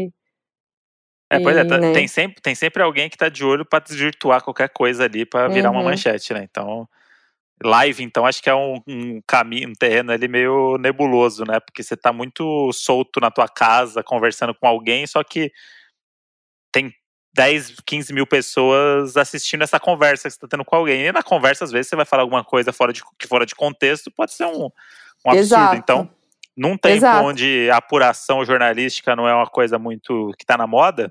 pois é, né? tem sempre alguém que tá de olho pra desvirtuar qualquer coisa ali pra virar uma manchete, né? Então… Live, então, acho que é um caminho, um terreno ali meio nebuloso, né? Porque você tá muito solto na tua casa, conversando com alguém, só que tem 10, 15 mil pessoas assistindo essa conversa que você tá tendo com alguém. E na conversa, às vezes, você vai falar alguma coisa fora de contexto, pode ser um absurdo. Exato. Então, num tempo onde a apuração jornalística não é uma coisa muito que tá na moda,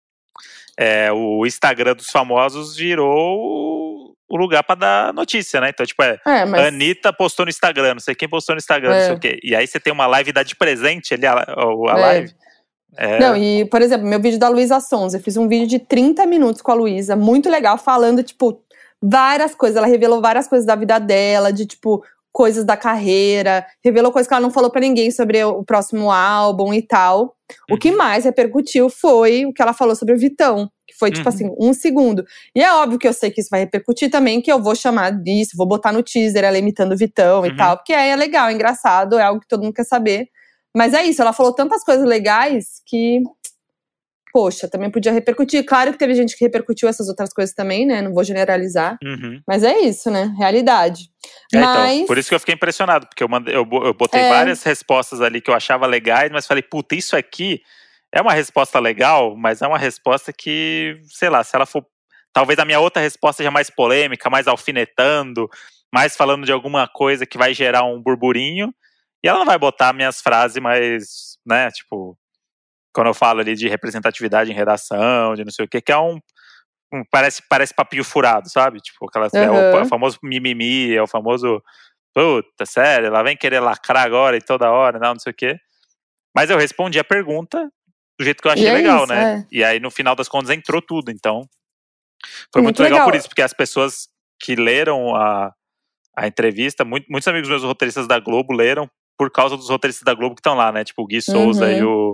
o Instagram dos famosos virou o lugar pra dar notícia, né? Então, tipo, mas… Anitta postou no Instagram, não sei quem postou no Instagram, não sei o quê. E aí você tem uma live, dá de presente ali a live.
Não, e, por exemplo, meu vídeo da Luísa Sonza, eu fiz um vídeo de 30 minutos com a Luísa, muito legal, falando, tipo, várias coisas. Ela revelou várias coisas da vida dela, de, tipo, coisas da carreira, revelou coisas que ela não falou pra ninguém sobre o próximo álbum e tal. O que mais repercutiu foi o que ela falou sobre o Vitão, que foi, tipo assim, 1 segundo. E é óbvio que eu sei que isso vai repercutir também, que eu vou chamar disso, vou botar no teaser ela imitando o Vitão e tal, porque aí é legal, é engraçado, é algo que todo mundo quer saber. Mas é isso, ela falou tantas coisas legais que… Poxa, também podia repercutir. Claro que teve gente que repercutiu essas outras coisas também, né? Não vou generalizar. Mas é isso, né? Realidade.
Então, por isso que eu fiquei impressionado. Porque eu botei várias respostas ali que eu achava legais, mas falei, puta, isso aqui é uma resposta legal, mas é uma resposta que, sei lá, se ela for… Talvez a minha outra resposta seja mais polêmica, mais alfinetando, mais falando de alguma coisa que vai gerar um burburinho. E ela não vai botar minhas frases mais, né, tipo… Quando eu falo ali de representatividade em redação, de não sei o que é parece papinho furado, sabe? Tipo, é o famoso mimimi, é o famoso, puta, sério, ela vem querer lacrar agora e toda hora, não sei o que. Mas eu respondi a pergunta do jeito que eu achei legal, né? E aí, no final das contas, entrou tudo, então… Foi muito legal por isso, porque as pessoas que leram a entrevista, muitos amigos meus roteiristas da Globo leram por causa dos roteiristas da Globo que estão lá, né? Tipo, o Gui Souza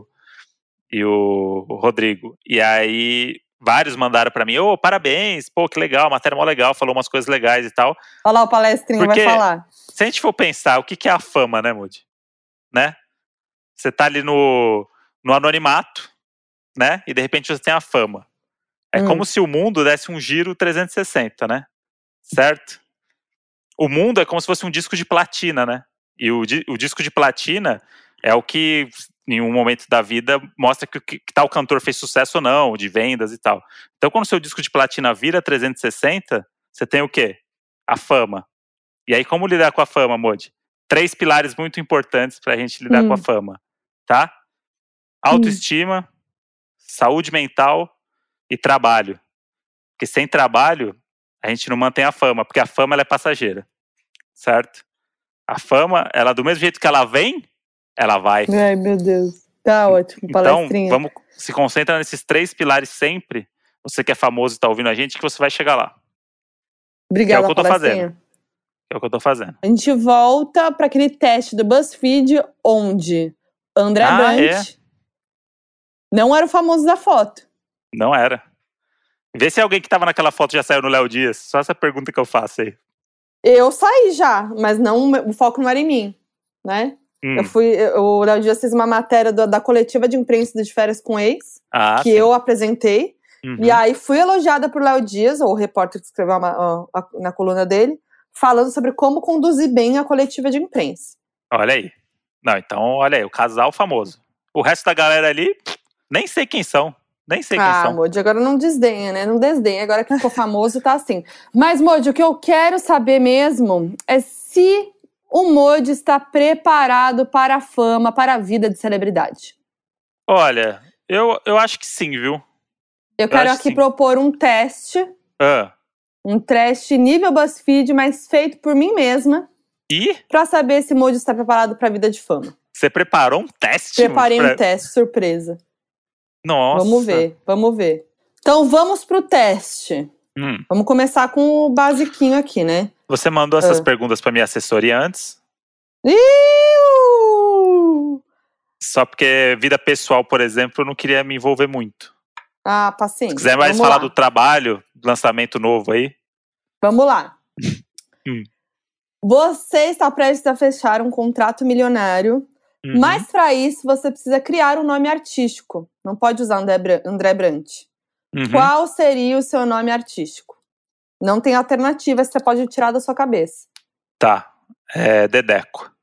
e o Rodrigo. E aí, vários mandaram pra mim, parabéns, pô, que legal, matéria mó legal, falou umas coisas legais e tal.
Olha lá o palestrinho, vai falar.
Se a gente for pensar, o que é a fama, né, Moody? Né? Você tá ali no anonimato, né? E de repente você tem a fama. É como se o mundo desse um giro 360, né? Certo? O mundo é como se fosse um disco de platina, né? E o disco de platina, é o que, em um momento da vida, mostra que tal cantor fez sucesso ou não, de vendas e tal. Então, quando o seu disco de platina vira 360, você tem o quê? A fama. E aí, como lidar com a fama, Modi? 3 pilares muito importantes pra gente lidar com a fama, tá? Autoestima, saúde mental e trabalho. Porque sem trabalho, a gente não mantém a fama, porque a fama ela é passageira, certo? A fama, ela do mesmo jeito que ela vem, ela vai.
Ai, meu Deus. Tá ótimo, palestrinha.
Então, se concentra nesses 3 pilares sempre. Você que é famoso e tá ouvindo a gente, que você vai chegar lá.
Obrigada,
que é o que eu tô fazendo. É o que eu tô fazendo.
A gente volta para aquele teste do BuzzFeed, onde André Brant não era o famoso da foto.
Não era. Vê se alguém que tava naquela foto já saiu no Léo Dias. Só essa pergunta que eu faço aí.
Eu saí já, mas não, o foco não era em mim, né? O Léo Dias fez uma matéria da coletiva de imprensa de Férias com Ex, que sim. Eu apresentei. E aí fui elogiada por Léo Dias, o repórter que escreveu na coluna dele, falando sobre como conduzir bem a coletiva de imprensa.
Olha aí. Não, então, olha aí, o casal famoso. O resto da galera ali, nem sei quem são. Nem sei quem são.
Modi, agora não desdenha, né? Não desdenha. Agora que ficou famoso, tá assim. Mas, Modi, o que eu quero saber mesmo é se o Modi está preparado para a fama, para a vida de celebridade.
Olha, eu acho que sim, viu?
Eu quero aqui propor um teste. Um teste nível BuzzFeed, mas feito por mim mesma.
E?
Pra saber se Modi está preparado para a vida de fama.
Você preparou um teste?
Preparei um teste, surpresa.
Nossa.
Vamos ver. Então vamos pro teste. Vamos começar com o basiquinho aqui, né?
Você mandou essas perguntas pra minha assessoria antes? Só porque vida pessoal, por exemplo, eu não queria me envolver muito.
Paciência.
Se quiser mais falar do trabalho, lançamento novo aí.
Vamos lá. Você está prestes a fechar um contrato milionário. Mas para isso, você precisa criar um nome artístico. Não pode usar André Brant. Qual seria o seu nome artístico? Não tem alternativa, você pode tirar da sua cabeça.
Tá. Dedeco.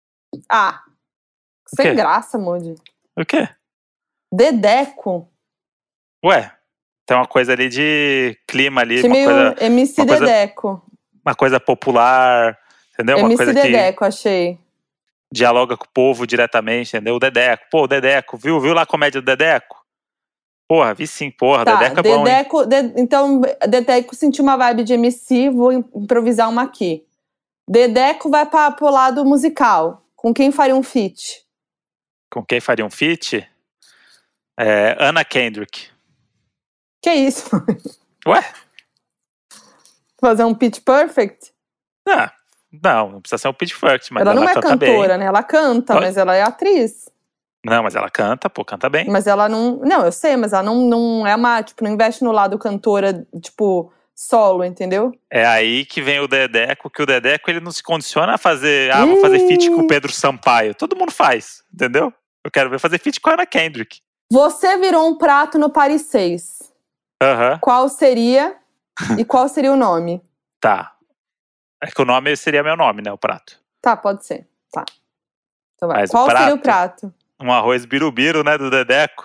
Sem graça, Modi.
O quê?
Dedeco?
Ué, tem uma coisa ali de clima ali.
Que meio MC Dedeco.
Uma coisa popular, entendeu?
MC
uma coisa
Dedeco, achei.
Dialoga com o povo diretamente, entendeu? O Dedeco. Pô, o Dedeco. Viu lá a comédia do Dedeco? Porra, vi sim, porra.
Tá,
Dedeco é bom, hein?
Então, Dedeco sentiu uma vibe de MC, vou improvisar uma aqui. Dedeco vai pro lado musical. Com quem faria um feat?
Com quem faria um feat? Anna Kendrick.
Que isso?
Ué?
Fazer um pitch perfect?
Não precisa ser um pitch perfect, mas
ela não é
canta
cantora,
bem.
Né? Ela canta, mas ela é atriz.
Não, mas ela canta, canta bem.
Mas ela não... Não, eu sei, mas ela não é uma... Tipo, não investe no lado cantora, tipo, solo, entendeu?
É aí que vem o Dedeco, que o Dedeco, ele não se condiciona a fazer... vou fazer feat com o Pedro Sampaio. Todo mundo faz, entendeu? Eu quero ver fazer feat com a Anna Kendrick.
Você virou um prato no Paris 6. Qual seria e qual seria o nome?
Tá. É que o nome seria meu nome, né? O prato.
Tá, pode ser. Tá. Então vai.
Mas
qual seria o prato?
Um arroz birubiru, né? Do Dedeco.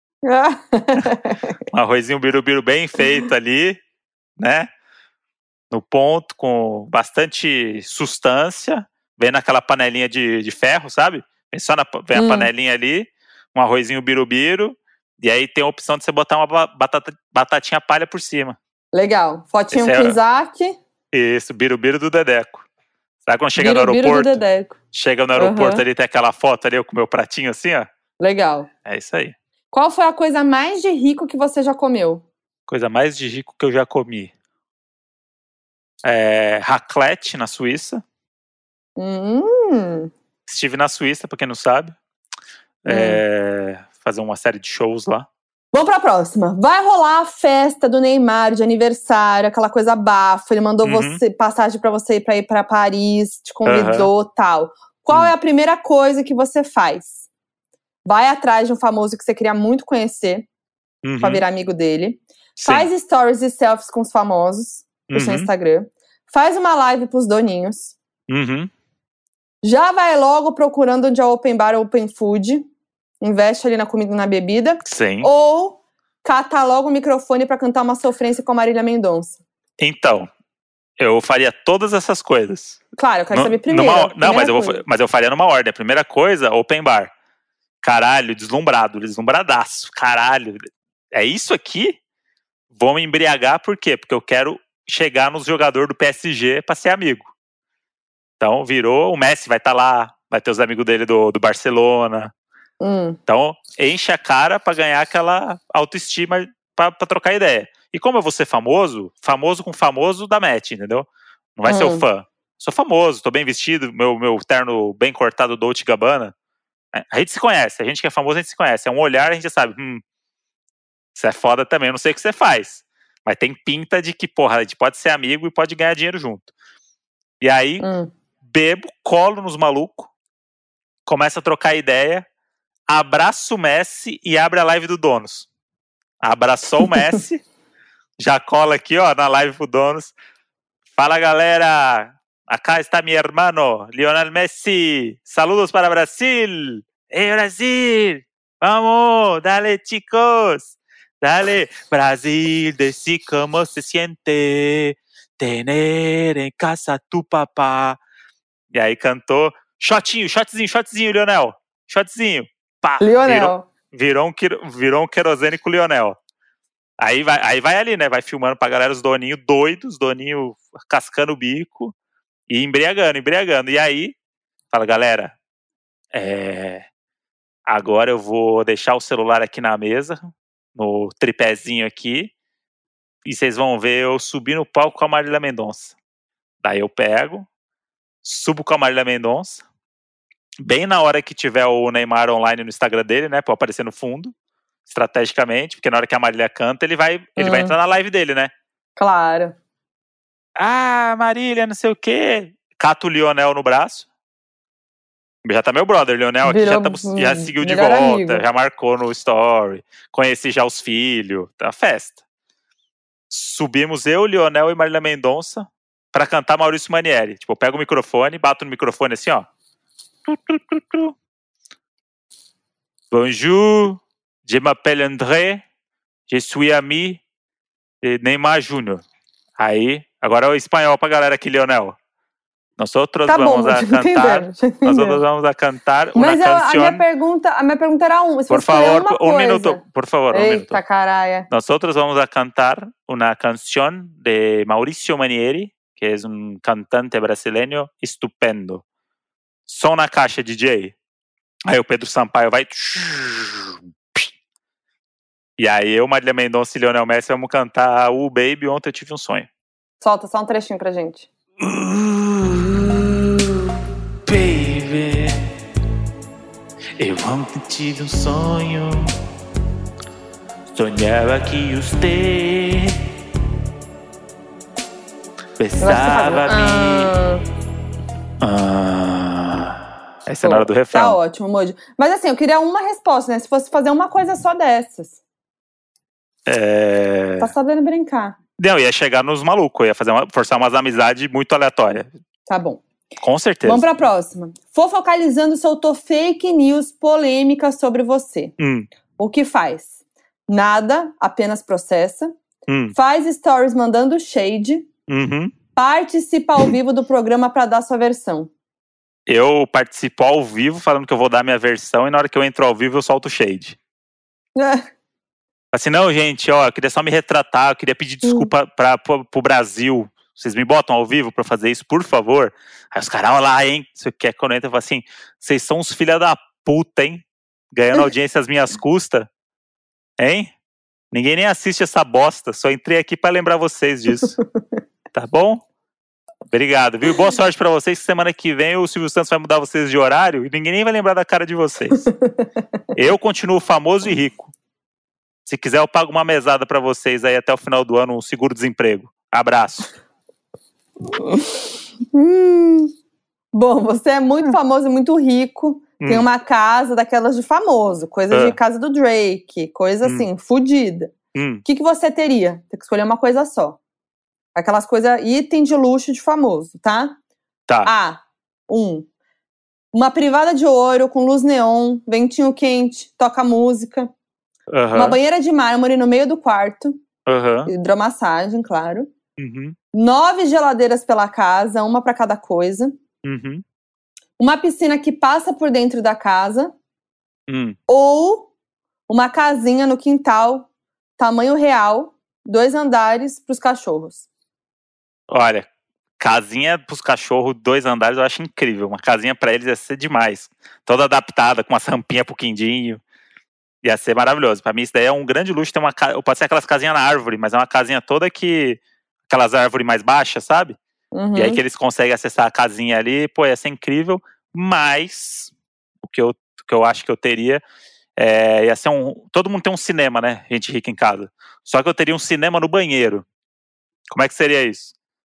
Um arrozinho birubiru bem feito ali, né? No ponto, com bastante sustância. Vem naquela panelinha de ferro, sabe? Vem a panelinha ali. Um arrozinho birubiru. E aí tem a opção de você botar uma batatinha palha por cima.
Legal. Fotinho com Isaac.
Isso, birubiru do Dedeco. Sabe quando chega
birubiru
no aeroporto?
Do Dedeco.
Chega no aeroporto ali, tem aquela foto ali, eu com o meu pratinho assim, ó.
Legal.
É isso aí.
Qual foi a coisa mais de rico que você já comeu?
Coisa mais de rico que eu já comi? Raclette, na Suíça. Estive na Suíça, pra quem não sabe. Fazer uma série de shows lá.
Vamos pra próxima. Vai rolar a festa do Neymar de aniversário, aquela coisa bafo. Ele mandou passagem pra você ir pra Paris, te convidou, tal. Qual é a primeira coisa que você faz? Vai atrás de um famoso que você queria muito conhecer, pra virar amigo dele. Sim. Faz stories e selfies com os famosos pro seu Instagram. Faz uma live pros doninhos. Já vai logo procurando onde é open bar ou open food. Investe ali na comida e na bebida.
Sim.
Ou cata logo o microfone pra cantar uma sofrência com a Marília Mendonça.
Então, eu faria todas essas coisas.
Claro, eu quero saber primeiro.
Mas eu faria numa ordem. A primeira coisa, open bar. Caralho, deslumbradaço. Caralho, é isso aqui? Vou me embriagar por quê? Porque eu quero chegar nos jogadores do PSG pra ser amigo. Então, virou, o Messi vai estar lá, vai ter os amigos dele do Barcelona. Então, enche a cara pra ganhar aquela autoestima pra trocar ideia. E como eu vou ser famoso com famoso da match, entendeu? Não vai ser o fã. Sou famoso, tô bem vestido, meu terno bem cortado Dolce & Gabbana. A gente se conhece, a gente que é famoso, a gente se conhece. É um olhar, a gente já sabe, você é foda também, eu não sei o que você faz. Mas tem pinta de que, porra, a gente pode ser amigo e pode ganhar dinheiro junto. E aí, bebo, colo nos malucos, começa a trocar ideia, abraço o Messi e abre a live do Donos. Abraçou o Messi, já cola aqui, ó, na live do Donos. Fala, galera, acá está mi hermano, Lionel Messi. Saludos para Brasil. Hey, Brasil. Vamos, dale, chicos. Dale, Brasil, decí como se siente tener em casa tu papá. E aí cantou, shotzinho, Lionel. Shotzinho. Pá,
Lionel.
Virou um querosene com o Lionel. Aí vai ali, né? Vai filmando pra galera os doninhos doidos, os doninhos cascando o bico e embriagando. E aí, fala, galera, agora eu vou deixar o celular aqui na mesa, no tripézinho aqui, e vocês vão ver eu subir no palco com a Marília Mendonça. Daí eu pego, subo com a Marília Mendonça, bem na hora que tiver o Neymar online no Instagram dele, né, pra eu aparecer no fundo, estrategicamente, porque na hora que a Marília canta, ele vai entrar na live dele, né?
Claro.
Ah, Marília, não sei o quê. Cato o Lionel no braço. Já tá meu brother, Lionel aqui já seguiu de volta,
amigo.
Já marcou no story, conheci já os filhos, tá festa. Subimos eu, Lionel e Marília Mendonça pra cantar Maurício Manieri. Tipo, eu pego o microfone, bato no microfone assim, ó. Bonjour, je m'appelle André, je suis ami de Neymar Júnior. Aí, agora é o espanhol pra galera aqui, Lionel. Nós outros vamos a cantar. Nós outros vamos a cantar uma canção.
A minha pergunta era se
por
você
favor,
uma coisa.
Minuto, por favor,
Eita,
minuto.
caralho.
Nós outros vamos a cantar uma canção de Maurício Manieri, que é um cantante brasileiro estupendo. Som na caixa, DJ. Aí o Pedro Sampaio vai. E aí eu, Marília Mendonça e Lionel Messi vamos cantar o Baby, Ontem Eu Tive um Sonho.
Solta só um trechinho pra gente.
Baby, eu ontem tive um sonho. Sonhava que você besava-me. Essa é na hora do refrão.
Tá ótimo, Mojo. Mas assim, eu queria uma resposta, né? Se fosse fazer uma coisa só dessas. Tá sabendo brincar.
Não, ia chegar nos malucos, ia forçar umas amizades muito aleatórias.
Tá bom.
Com certeza.
Vamos pra próxima. Fofocalizando soltou fake news polêmica sobre você. O que faz? Nada, apenas processa. Faz stories mandando shade. Participa ao vivo do programa pra dar sua versão.
Eu participo ao vivo falando que eu vou dar minha versão e na hora que eu entro ao vivo eu solto shade. Assim, não, gente, ó, eu queria só me retratar, eu queria pedir desculpa pro Brasil. Vocês me botam ao vivo pra fazer isso, por favor? Aí os caras, olha lá, hein? Você quer que eu entre? Eu falo assim, vocês são uns filha da puta, hein? Ganhando audiência às minhas custas. Hein? Ninguém nem assiste essa bosta, só entrei aqui pra lembrar vocês disso. Tá bom? Obrigado, viu? Boa sorte pra vocês, que semana que vem o Silvio Santos vai mudar vocês de horário e ninguém nem vai lembrar da cara de vocês. Eu continuo famoso e rico. Se quiser, eu pago uma mesada pra vocês aí até o final do ano, um seguro-desemprego. Abraço.
Bom, você é muito famoso e muito rico. Tem uma casa daquelas de famoso. Coisa de casa do Drake. Coisa assim, fodida. O que você teria? Tem que escolher uma coisa só. Aquelas coisas, item de luxo de famoso, tá?
Tá.
Uma privada de ouro com luz neon, ventinho quente, toca música. Uma banheira de mármore no meio do quarto. Hidromassagem, claro. 9 geladeiras pela casa, uma para cada coisa. Uma piscina que passa por dentro da casa. Ou uma casinha no quintal, tamanho real, 2 andares pros cachorros.
Olha, casinha pros cachorros, 2 andares, eu acho incrível. Uma casinha pra eles ia ser demais. Toda adaptada, com umas rampinhas pro quindinho. Ia ser maravilhoso. Pra mim, isso daí é um grande luxo ter uma casa. Pode ser aquelas casinhas na árvore, mas é uma casinha toda que. Aquelas árvores mais baixas, sabe? E aí que eles conseguem acessar a casinha ali, pô, ia ser incrível. Mas o que eu acho que eu teria ia ser todo mundo tem um cinema, né? Gente rica em casa. Só que eu teria um cinema no banheiro. Como é que seria isso?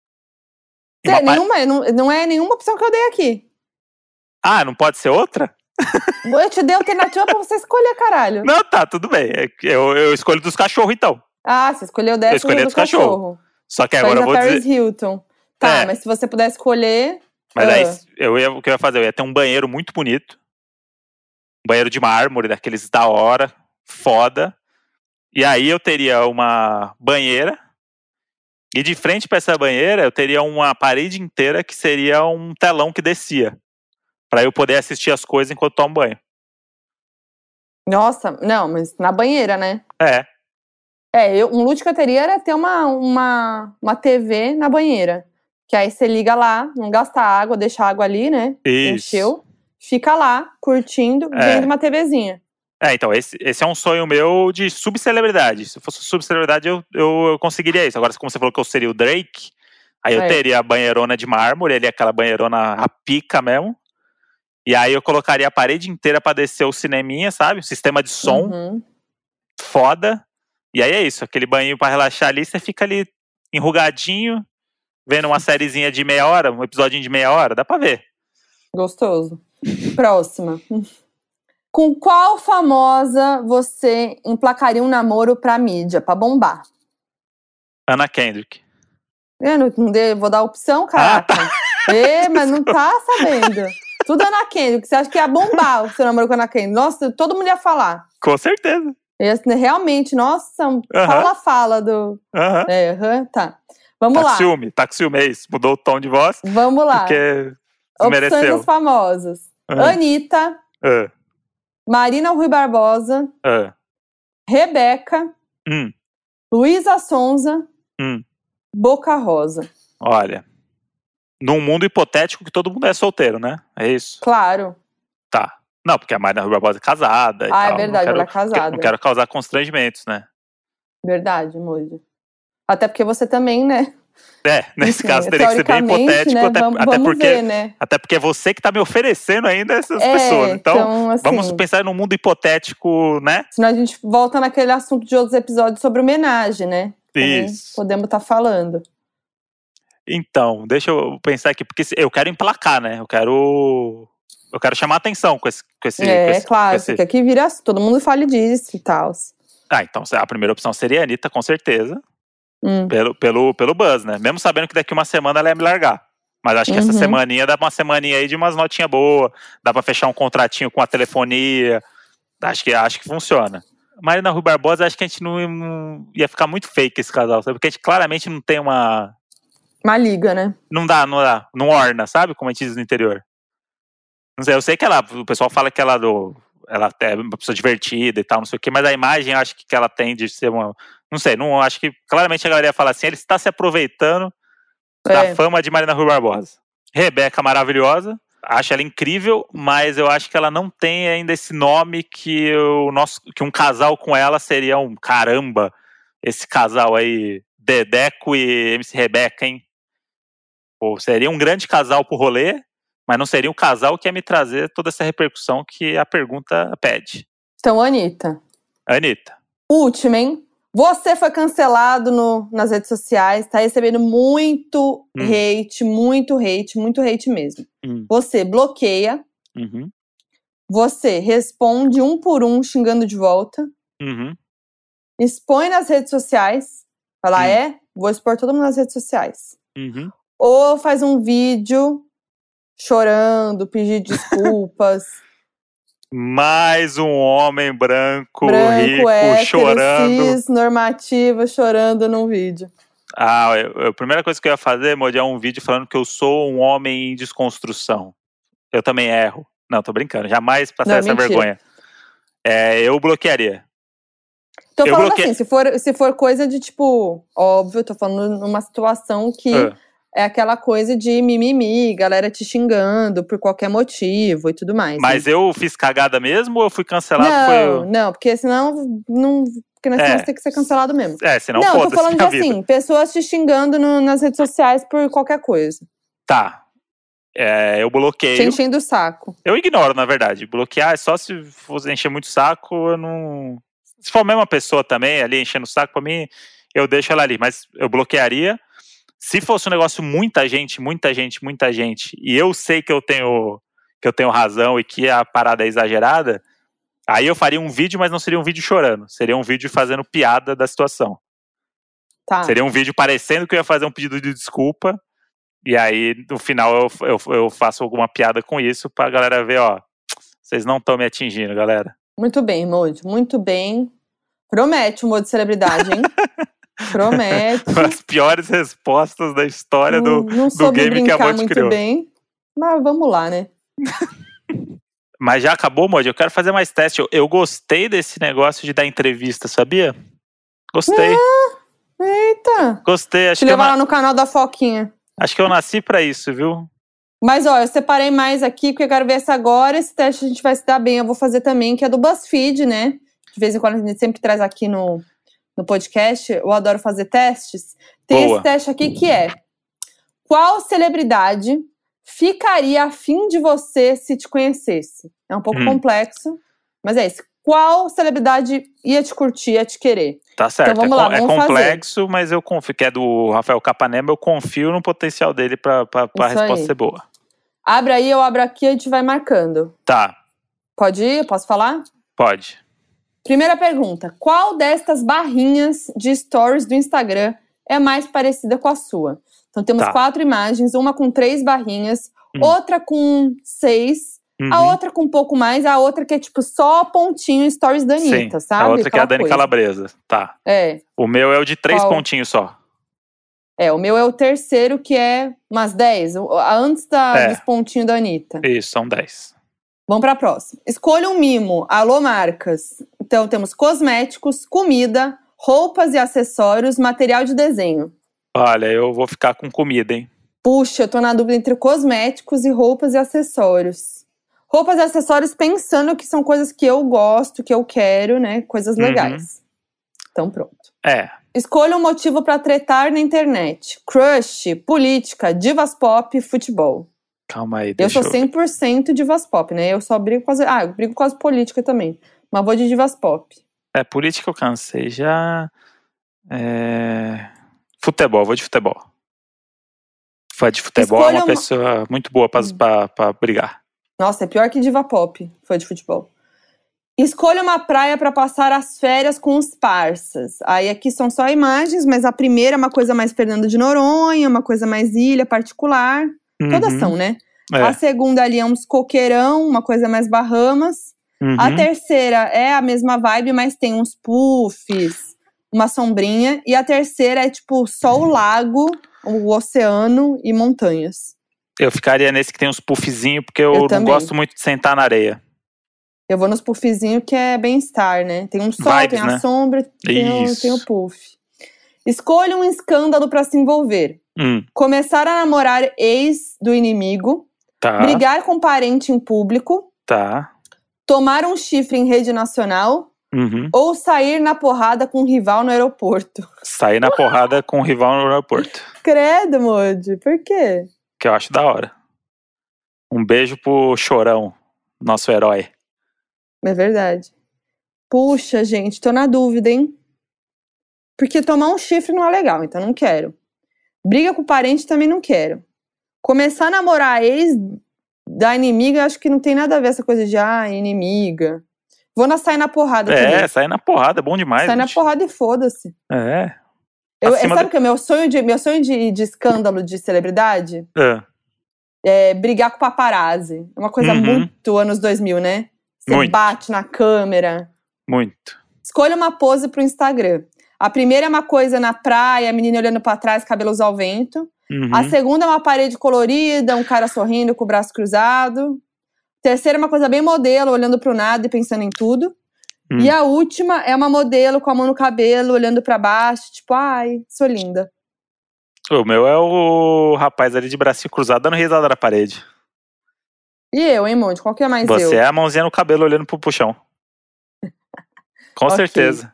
Não é nenhuma opção que eu dei aqui.
Ah, não pode ser outra?
Eu te dei alternativa pra você escolher, caralho.
Não, tá, tudo bem. Eu escolho dos cachorros, então.
Ah, você escolheu dessa. Eu
escolhi dos cachorros. Só que agora eu vou
Paris
dizer...
Hilton. Tá, mas se você puder escolher...
Mas aí, o que eu ia fazer? Eu ia ter um banheiro muito bonito. Um banheiro de mármore, daqueles da hora, foda. E aí eu teria uma banheira. E de frente pra essa banheira, eu teria uma parede inteira que seria um telão que descia. Pra eu poder assistir as coisas enquanto tomo banho.
Nossa, não, mas na banheira, né? Um luxo que eu teria era ter uma TV na banheira. Que aí você liga lá, não gasta água, deixa a água ali, né?
Isso.
Encheu. Fica lá, curtindo, vendo uma TVzinha.
Então, esse é um sonho meu de subcelebridade. Se eu fosse subcelebridade, eu conseguiria isso. Agora, como você falou que eu seria o Drake, aí eu teria a banheirona de mármore, ali aquela banheirona a pica mesmo. E aí eu colocaria a parede inteira pra descer o cineminha, sabe? O sistema de som. Foda. E aí é isso, aquele banho pra relaxar ali, você fica ali enrugadinho, vendo uma sériezinha de meia hora, um episódio de meia hora, dá pra ver.
Gostoso. Próxima. Com qual famosa você emplacaria um namoro pra mídia, pra bombar?
Anna Kendrick.
Eu não vou dar opção, caraca. Mas não tá sabendo. Tudo Anna Kendrick. Você acha que ia bombar o seu namoro com a Anna Kendrick? Nossa, todo mundo ia falar.
Com certeza.
Realmente, nossa, fala do... Tá. Vamos lá.
Tá com ciúme, é isso. Mudou o tom de voz.
Vamos lá.
Porque desmereceu.
Opções dos famosos. Anitta. Marina Rui Barbosa. Rebeca. Luísa Sonza. Boca Rosa.
Olha, num mundo hipotético que todo mundo é solteiro, né? É isso?
Claro.
Tá. Não, porque a Marina Rui Barbosa é casada e tal.
É verdade, ela é casada.
Não quero causar constrangimentos, né?
Verdade, Moji. Até porque você também, né?
Nesse caso teria que ser bem hipotético,
né?
até porque é você que tá me oferecendo ainda essas pessoas. Então assim, vamos pensar num mundo hipotético, né?
Senão a gente volta naquele assunto de outros episódios sobre homenagem, né?
Isso.
Podemos estar falando.
Então, deixa eu pensar aqui, porque eu quero emplacar, né? Eu quero chamar atenção com esse...
claro, você quer que vira, todo mundo fale disso e tal.
Então a primeira opção seria a Anitta, com certeza. Pelo buzz, né? Mesmo sabendo que daqui uma semana ela ia me largar. Mas acho que essa semaninha dá uma semaninha aí de umas notinhas boas. Dá pra fechar um contratinho com a telefonia. Acho que funciona. Marina Rui Barbosa, acho que a gente não ia ficar muito fake esse casal, sabe? Porque a gente claramente não tem uma
liga, né?
Não dá, não orna, sabe? Como a gente diz no interior. Não sei, eu sei que o pessoal fala que ela é uma pessoa divertida e tal, não sei o quê, mas a imagem eu acho que ela tem de ser uma... Não sei, acho que claramente a galera ia falar assim, ele está se aproveitando da fama de Marina Rui Barbosa. Rebeca, maravilhosa, acho ela incrível, mas eu acho que ela não tem ainda esse nome que um casal com ela seria um caramba, esse casal aí, Dedeco e MC Rebeca, hein? Pô, seria um grande casal pro rolê, mas não seria um casal que ia me trazer toda essa repercussão que a pergunta pede.
Então, Anitta. Última, hein? Você foi cancelado nas redes sociais, tá recebendo muito hate, muito hate mesmo. Você bloqueia, você responde um por um xingando de volta, expõe nas redes sociais, fala, vou expor todo mundo nas redes sociais. Ou faz um vídeo chorando, pedir desculpas.
Mais um homem branco rico,
hétero,
chorando.
Cis, normativo, chorando num vídeo.
A primeira coisa que eu ia fazer, Modi, é um vídeo falando que eu sou um homem em desconstrução. Eu também erro. Não, tô brincando. Jamais passar essa vergonha. Eu bloquearia.
Tô falando assim, se for coisa de tipo, óbvio, tô falando numa situação que é aquela coisa de mimimi, galera te xingando por qualquer motivo e tudo mais.
Mas eu fiz cagada mesmo ou eu fui cancelado?
Não, porque senão porque senão você tem que ser cancelado mesmo.
Senão
não,
foda-se.
Tô falando de assim, pessoas te xingando nas redes sociais por qualquer coisa.
Tá. Eu bloqueio.
Te enchendo o saco.
Eu ignoro, na verdade. Bloquear é só se você encher muito o saco, eu não. Se for a mesma pessoa também ali enchendo o saco, pra mim, eu deixo ela ali. Mas eu bloquearia. Se fosse um negócio muita gente, e eu sei que eu tenho razão e que a parada é exagerada, aí eu faria um vídeo, mas não seria um vídeo chorando. Seria um vídeo fazendo piada da situação.
Tá.
Seria um vídeo parecendo que eu ia fazer um pedido de desculpa. E aí, no final, eu faço alguma piada com isso pra galera ver, ó. Vocês não estão me atingindo, galera.
Muito bem, Modi. Muito bem. Promete um Modi celebridade, hein? Promete.
As piores respostas da história do game que a Modi criou.
Muito bem, mas vamos lá, né?
Mas já acabou, Modi? Eu quero fazer mais teste. Eu gostei desse negócio de dar entrevista, sabia? Gostei.
Eita.
Gostei.
Te levar lá no canal da Foquinha.
Acho que eu nasci pra isso, viu?
Mas, ó, eu separei mais aqui, porque eu quero ver se agora esse teste a gente vai se dar bem. Eu vou fazer também, que é do BuzzFeed, né? De vez em quando a gente sempre traz aqui no podcast. Eu adoro fazer testes. Tem esse teste aqui que é: qual celebridade ficaria afim de você se te conhecesse? É um pouco complexo, mas é isso. Qual celebridade ia te curtir, ia te querer?
Tá certo,
então, vamos lá,
é complexo, mas eu confio, que é do Rafael Capanema, eu confio no potencial dele pra a resposta ser boa.
Abre aí, eu abro aqui e a gente vai marcando.
Tá.
Pode ir? Posso falar?
Pode.
Primeira pergunta: qual destas barrinhas de stories do Instagram é mais parecida com a sua? Então temos 4 imagens, uma com 3 barrinhas, outra com 6, a outra com um pouco mais, a outra que é tipo só pontinho stories da Anitta, sabe?
A outra que é a Dani Calabresa, tá. O meu é o de 3 pontinhos só.
O meu é o terceiro, que é umas 10, antes dos pontinhos da Anitta.
Isso, são 10.
Vamos pra próxima. Escolha um mimo. Alô, marcas. Então temos cosméticos, comida, roupas e acessórios, material de desenho.
Olha, eu vou ficar com comida, hein?
Puxa, eu tô na dúvida entre cosméticos e roupas e acessórios. Roupas e acessórios pensando que são coisas que eu gosto, que eu quero, né? Coisas legais. Então pronto. Escolha um motivo pra tretar na internet. Crush, política, divas pop, futebol.
Calma aí,
eu sou 100% divas pop, né? Eu só brigo com as... eu brigo com as políticas também. Mas vou de divas pop.
Política eu cansei já. Futebol, vou de futebol. Fã de futebol é uma pessoa muito boa pra brigar.
Nossa, é pior que diva pop, fã de futebol. Escolha uma praia pra passar as férias com os parças. Aí aqui são só imagens, mas a primeira é uma coisa mais Fernando de Noronha, uma coisa mais ilha particular. Todas são, né? A segunda ali é uns coqueirão, uma coisa mais Bahamas. A terceira é a mesma vibe, mas tem uns puffs, uma sombrinha. E a terceira é tipo só o lago, o oceano e montanhas.
Eu ficaria nesse que tem uns puffzinhos, porque eu não gosto muito de sentar na areia.
Eu vou nos puffzinhos que é bem-estar, né? Tem um sol, vibes, tem a sombra, tem o puff. Escolha um escândalo pra se envolver. Começar a namorar ex do inimigo. Brigar com parente em público. Tomar um chifre em rede nacional. Ou sair na porrada com um rival no aeroporto.
Sair na porrada com um rival no aeroporto.
Credo, Modi. Por quê?
Que eu acho da hora. Um beijo pro Chorão, nosso herói.
É verdade. Puxa, gente, tô na dúvida, hein? Porque tomar um chifre não é legal, então não quero. Briga com o parente também não quero. Começar a namorar a ex da inimiga, acho que não tem nada a ver essa coisa de inimiga. Vou sair na porrada também.
Sair na porrada, é bom demais.
Sair na porrada e foda-se. Sabe o que é meu sonho de escândalo de celebridade? brigar com paparazzi. É uma coisa muito anos 2000, né? Você bate na câmera.
Muito.
Escolha uma pose pro Instagram. A primeira é uma coisa na praia, a menina olhando pra trás, cabelos ao vento. A segunda é uma parede colorida, um cara sorrindo com o braço cruzado. Terceira é uma coisa bem modelo, olhando pro nada e pensando em tudo. E a última é uma modelo com a mão no cabelo, olhando pra baixo, tipo, ai, sou linda.
O meu é o rapaz ali de bracinho cruzado, dando risada na parede.
E eu, hein, Monte? Qual que é mais eu?
Você é a mãozinha no cabelo, olhando pro chão. Com certeza.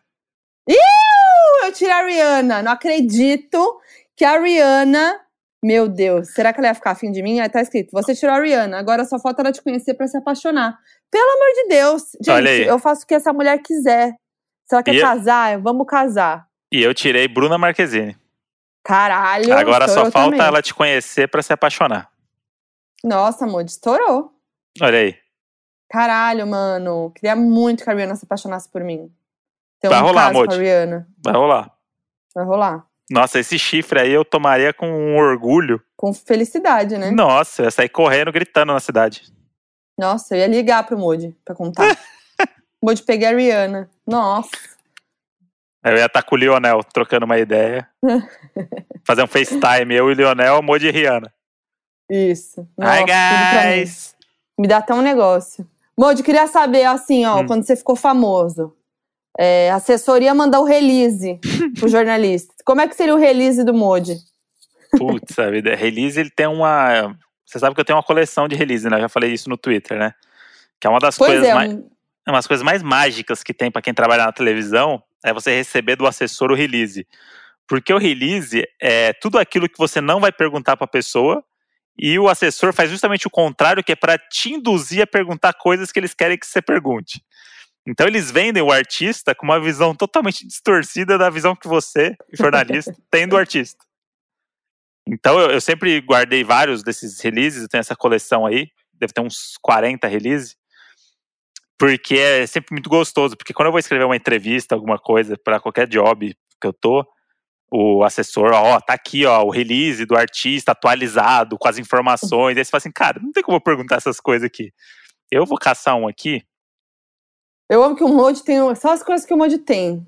Eu tirei a Rihanna. Não acredito que a Rihanna... Meu Deus, será que ela ia ficar afim de mim? Aí tá escrito, você tirou a Rihanna, agora só falta ela te conhecer pra se apaixonar. Pelo amor de Deus. Gente, eu faço o que essa mulher quiser. Se ela quer casar, vamos casar.
E eu tirei Bruna Marquezine.
Caralho.
Agora só falta ela te conhecer pra se apaixonar.
Nossa, amor, estourou.
Olha aí.
Caralho, mano. Queria muito que a Rihanna se apaixonasse por mim.
Vai rolar, amor.
Vai
rolar.
Vai rolar.
Nossa, esse chifre aí eu tomaria com um orgulho.
Com felicidade, né?
Nossa, eu ia sair correndo, gritando na cidade.
Nossa, eu ia ligar pro Moody pra contar. Moody, peguei a Rihanna. Nossa.
Eu ia estar com o Lionel, trocando uma ideia. Fazer um FaceTime, eu e Lionel, Moody e Rihanna.
Isso. Nossa,
hi, guys!
Me dá até um negócio. Moody, queria saber, assim, ó, quando você ficou famoso. A assessoria mandar o release pro jornalista. Como é que seria o release do Moody?
Putz, a vida. Release, ele tem uma... Você sabe que eu tenho uma coleção de release, né? Eu já falei isso no Twitter, né? Que é uma das coisas umas coisas mais mágicas que tem pra quem trabalha na televisão, é você receber do assessor o release. Porque o release é tudo aquilo que você não vai perguntar pra pessoa, e o assessor faz justamente o contrário, que é pra te induzir a perguntar coisas que eles querem que você pergunte. Então eles vendem o artista com uma visão totalmente distorcida da visão que você, jornalista, tem do artista. Então eu sempre guardei vários desses releases, eu tenho essa coleção aí, deve ter uns 40 releases, porque é sempre muito gostoso, porque quando eu vou escrever uma entrevista, alguma coisa, para qualquer job que eu tô, o assessor, tá aqui, o release do artista atualizado, com as informações, aí você fala assim, cara, não tem como eu perguntar essas coisas aqui. Eu vou caçar um aqui.
Eu amo que o Moody tem, só as coisas que o Moody tem.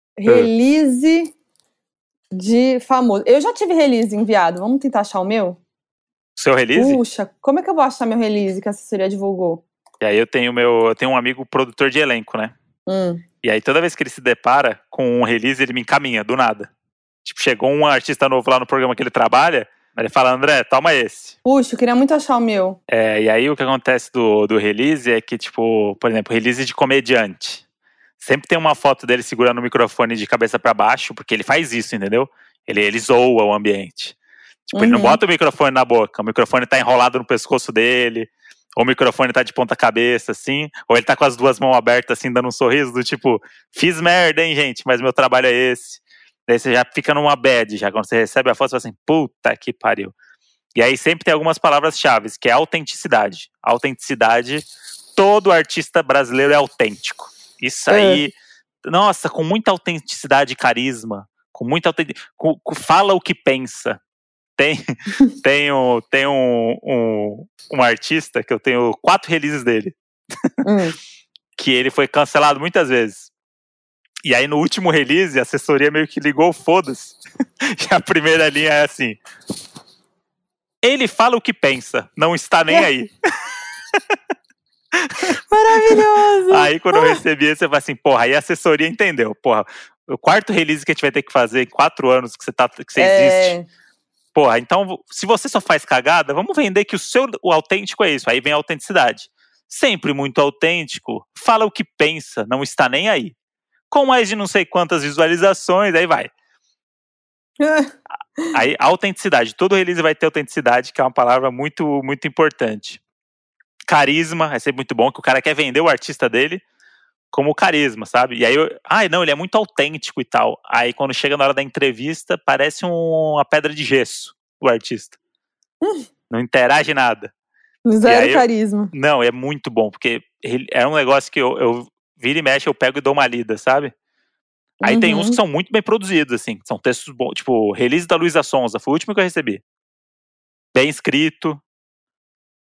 Release de famoso. Eu já tive release enviado, vamos tentar achar o meu?
Seu release?
Puxa, como é que eu vou achar meu release que a assessoria divulgou?
E aí eu tenho um amigo produtor de elenco, né? E aí toda vez que ele se depara com um release, ele me encaminha, do nada. Tipo, chegou um artista novo lá no programa que ele trabalha, ele fala, André, toma esse.
Puxa, eu queria muito achar o meu.
E aí o que acontece do release é que, tipo, por exemplo, release de comediante. Sempre tem uma foto dele segurando o microfone de cabeça pra baixo, porque ele faz isso, entendeu? Ele zoa o ambiente. Tipo, ele não bota o microfone na boca, o microfone tá enrolado no pescoço dele, ou o microfone tá de ponta cabeça, assim, ou ele tá com as duas mãos abertas, assim, dando um sorriso do tipo, fiz merda, hein, gente, mas meu trabalho é esse. Daí você já fica numa bad, já quando você recebe a foto, você fala assim, puta que pariu. E aí sempre tem algumas palavras-chave, que é autenticidade. Autenticidade, todo artista brasileiro é autêntico. Isso aí, nossa, com muita autenticidade e carisma, com muita fala o que pensa. Tem um artista que eu tenho 4 releases dele, que ele foi cancelado muitas vezes. E aí no último release, a assessoria meio que ligou, foda-se. E a primeira linha é assim: ele fala o que pensa, não está nem aí.
Maravilhoso!
Aí quando eu recebi isso, eu falei assim, porra, aí a assessoria entendeu. Porra, o 4º release que a gente vai ter que fazer em 4 anos que você existe. Porra, então, se você só faz cagada, vamos vender que o autêntico é isso. Aí vem a autenticidade. Sempre muito autêntico, fala o que pensa, não está nem aí. Com mais de não sei quantas visualizações, aí vai. Aí, a autenticidade. Todo release vai ter autenticidade, que é uma palavra muito, muito importante. Carisma, é sempre muito bom, que o cara quer vender o artista dele como carisma, sabe? E aí, não, ele é muito autêntico e tal. Aí, quando chega na hora da entrevista, parece uma pedra de gesso, o artista. Não interage nada.
Zero carisma.
Não, é muito bom, porque é um negócio que eu vira e mexe, eu pego e dou uma lida, sabe? Aí tem uns que são muito bem produzidos, assim, são textos bons, tipo, release da Luísa Sonza, foi o último que eu recebi. Bem escrito,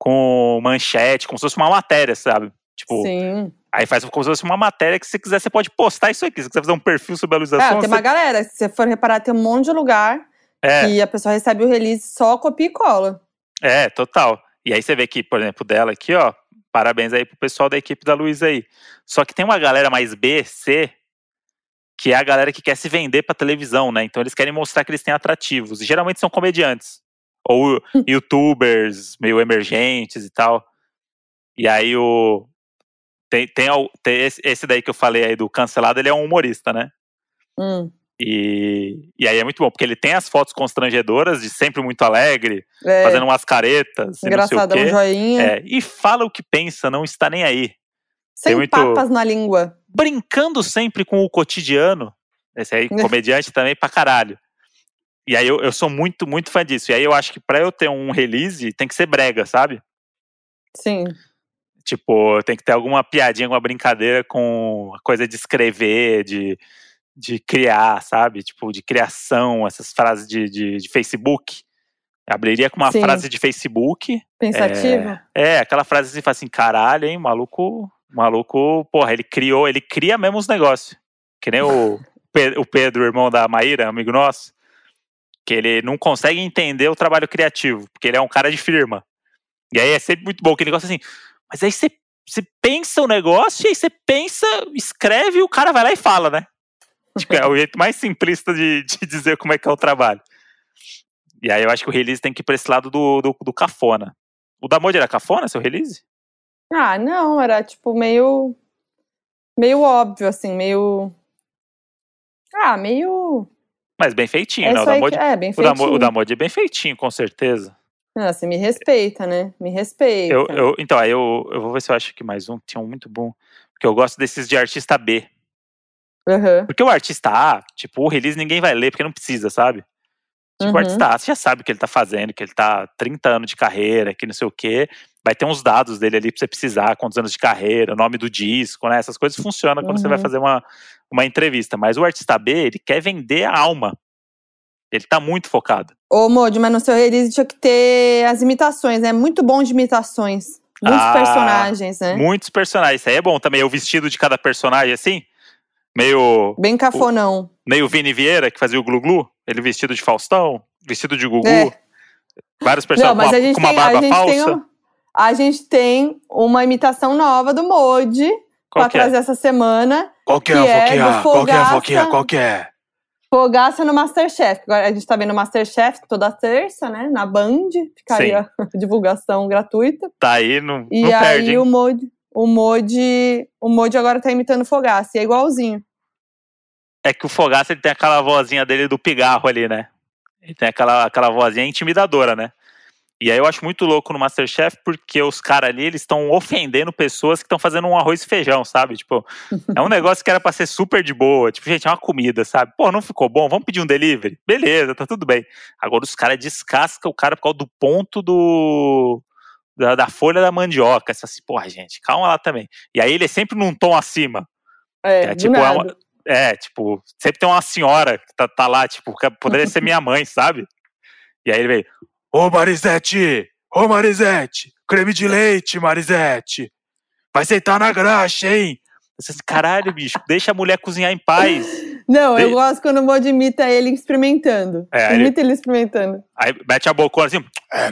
com manchete, como se fosse uma matéria, sabe? Tipo,
sim.
Aí faz como se fosse uma matéria que, se quiser, você pode postar isso aqui. Se você quiser fazer um perfil sobre a Luísa Sonza...
tem uma galera, se você for reparar, tem um monte de lugar que a pessoa recebe o release, só copia e cola.
Total. E aí você vê que, por exemplo, dela aqui, ó, parabéns aí pro pessoal da equipe da Luísa aí. Só que tem uma galera mais B, C, que é a galera que quer se vender pra televisão, né? Então eles querem mostrar que eles têm atrativos. E geralmente são comediantes. Ou youtubers meio emergentes e tal. E aí tem esse daí que eu falei aí do cancelado, ele é um humorista, né? E aí é muito bom, porque ele tem as fotos constrangedoras de sempre muito alegre, fazendo umas caretas,
engraçado,
e não sei o quê.
Um joinha.
E fala o que pensa, não está nem aí.
Sem papas na língua.
Brincando sempre com o cotidiano. Esse aí, comediante também pra caralho. E aí eu sou muito, muito fã disso. E aí eu acho que pra eu ter um release, tem que ser brega, sabe?
Sim.
Tipo, tem que ter alguma piadinha, alguma brincadeira com a coisa de escrever, de criar, sabe? Tipo, de criação, essas frases de Facebook. Eu abriria com uma frase de Facebook.
Pensativa?
Aquela frase assim, fala assim, caralho, hein, maluco, porra, ele cria mesmo os negócios. Que nem o Pedro, irmão da Maíra, amigo nosso, que ele não consegue entender o trabalho criativo, porque ele é um cara de firma. E aí é sempre muito bom, que ele gosta assim, mas aí você pensa o negócio, e aí você pensa, escreve, e o cara vai lá e fala, né? Tipo, é o jeito mais simplista de dizer como é que é o trabalho. E aí eu acho que o release tem que ir pra esse lado do cafona. O da Modi era cafona, seu release?
Ah, não, era tipo meio óbvio, assim, meio...
Mas bem feitinho, né? O da Modi,
bem feitinho.
O da Modi é bem feitinho, com certeza.
Você me respeita, né? Me respeita.
Então, aí eu vou ver se eu acho que mais um. Tinha um muito bom. Porque eu gosto desses de artista B. Porque o artista A, tipo, o release ninguém vai ler, porque não precisa, sabe? Tipo, o artista A, você já sabe o que ele tá fazendo, que ele tá 30 anos de carreira, que não sei o quê. Vai ter uns dados dele ali pra você precisar, quantos anos de carreira, o nome do disco, né? Essas coisas funcionam quando você vai fazer uma entrevista. Mas o artista B, ele quer vender a alma. Ele tá muito focado.
Ô, Modi, mas no seu release tinha que ter as imitações, né? Muito bom de imitações. Muitos personagens, né?
Muitos personagens. Isso aí é bom também. O vestido de cada personagem, assim. Meio...
Bem cafonão.
Meio Vini Vieira, que fazia o Glu-Glu. Ele vestido de Faustão, vestido de Gugu. Vários personagens com uma barba falsa.
A gente tem uma imitação nova do Modi pra trazer essa semana.
Qual que é, Qual que é?
Fogaça no Masterchef. Agora a gente tá vendo o Masterchef toda terça, né? Na Band. Ficaria a divulgação gratuita.
Tá aí, não
e
não
aí
perde,
o Modi agora tá imitando o Fogaça. E é igualzinho.
É que o Fogaça, ele tem aquela vozinha dele do pigarro ali, né? Ele tem aquela vozinha intimidadora, né? E aí eu acho muito louco no Masterchef, porque os caras ali, eles estão ofendendo pessoas que estão fazendo um arroz e feijão, sabe? Tipo, é um negócio que era pra ser super de boa. Tipo, gente, é uma comida, sabe? Pô, não ficou bom? Vamos pedir um delivery? Beleza, tá tudo bem. Agora os caras descascam o cara por causa do ponto da folha da mandioca. Assim, porra, gente, calma lá também. E aí ele é sempre num tom acima. Tipo, sempre tem uma senhora que tá lá, tipo, que poderia ser minha mãe, sabe? E aí ele veio... Ô Marisete, creme de leite, Marisete. Vai sentar na graxa, hein? Caralho, bicho, deixa a mulher cozinhar em paz.
Não, eu gosto quando o Modi imita ele experimentando. Imita ele experimentando.
Aí mete a bocona assim.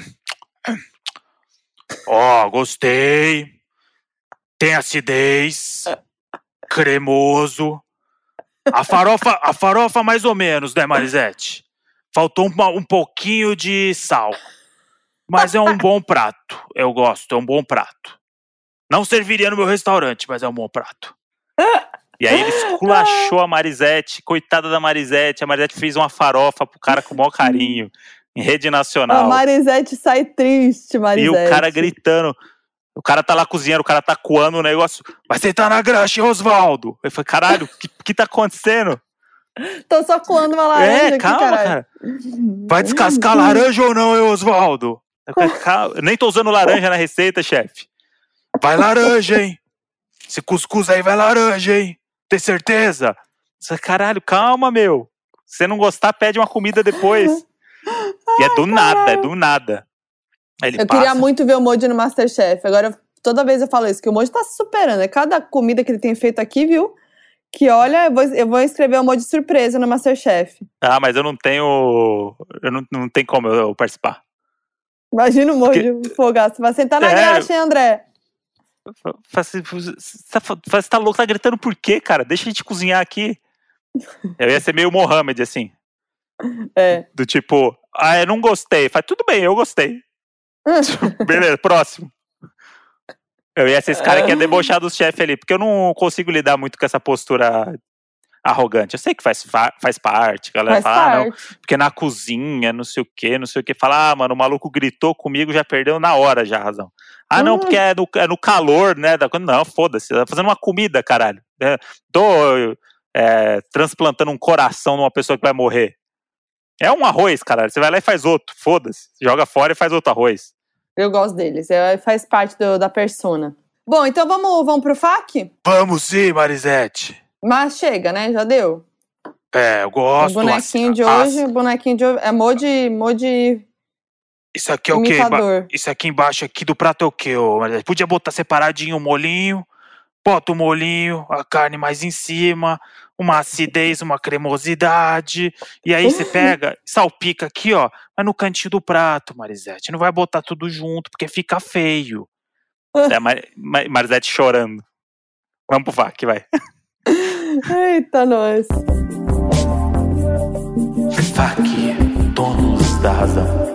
Gostei. Tem acidez. Cremoso. A farofa mais ou menos, né, Marisete? Faltou um pouquinho de sal. Mas é um bom prato. Eu gosto, é um bom prato. Não serviria no meu restaurante, mas é um bom prato. E aí ele esculachou a Marisete. Coitada da Marisete. A Marisete fez uma farofa pro cara com o maior carinho. Em rede nacional.
A Marisete sai triste, Marisete.
E o cara gritando. O cara tá lá cozinhando, o cara tá coando o negócio. Vai sentar na graxa, Osvaldo. Eu falei, caralho, o que tá acontecendo?
Tô só coando uma laranja aqui,
calma, cara. Vai descascar laranja ou não, Osvaldo? Eu nem tô usando laranja na receita, chefe. Vai laranja, hein? Esse cuscuz aí vai laranja, hein? Tem certeza? Caralho, calma, meu. Se você não gostar, pede uma comida depois. E é do nada.
Eu queria muito ver o Moji no Masterchef. Agora, toda vez eu falo isso, que o Moji tá se superando. É cada comida que ele tem feito aqui, viu? Que olha, eu vou escrever o Moji surpresa no Masterchef.
Ah, mas eu não tenho. Não tem como eu participar.
Imagina o Moji fogaço. Vai sentar na graxa, hein, André?
Você tá louco, tá gritando por quê, cara? Deixa a gente cozinhar aqui. Eu ia ser meio Mohamed, assim. Do tipo, eu não gostei. Faz tudo bem, eu gostei. Beleza, próximo. Eu ia ser esse cara que ia debochar dos chefes ali, porque eu não consigo lidar muito com essa postura arrogante. Eu sei que faz parte, a galera fala, não, porque na cozinha, não sei o que, fala, mano, o maluco gritou comigo, já perdeu na hora já a razão. Não, porque é no calor, né, não, foda-se, tá fazendo uma comida, caralho. Transplantando um coração numa pessoa que vai morrer. É um arroz, caralho, você vai lá e faz outro, foda-se, joga fora e faz outro arroz.
Eu gosto deles, faz parte da persona. Bom, então vamos pro FAQ?
Vamos sim, Marisete.
Mas chega, né? Já deu?
Eu gosto.
O bonequinho de hoje é Moji.
Isso aqui é imitador. O quê? Isso aqui embaixo aqui do prato é o quê, Marisete? Podia botar separadinho o molhinho, bota o molhinho, a carne mais em cima, uma acidez, uma cremosidade, e aí você pega, salpica aqui, ó, mas no cantinho do prato, Marisete. Não vai botar tudo junto, porque fica feio. Marisete chorando. Vamos pro FAQ, vai.
Eita, nós.
FAQ, donos da razão.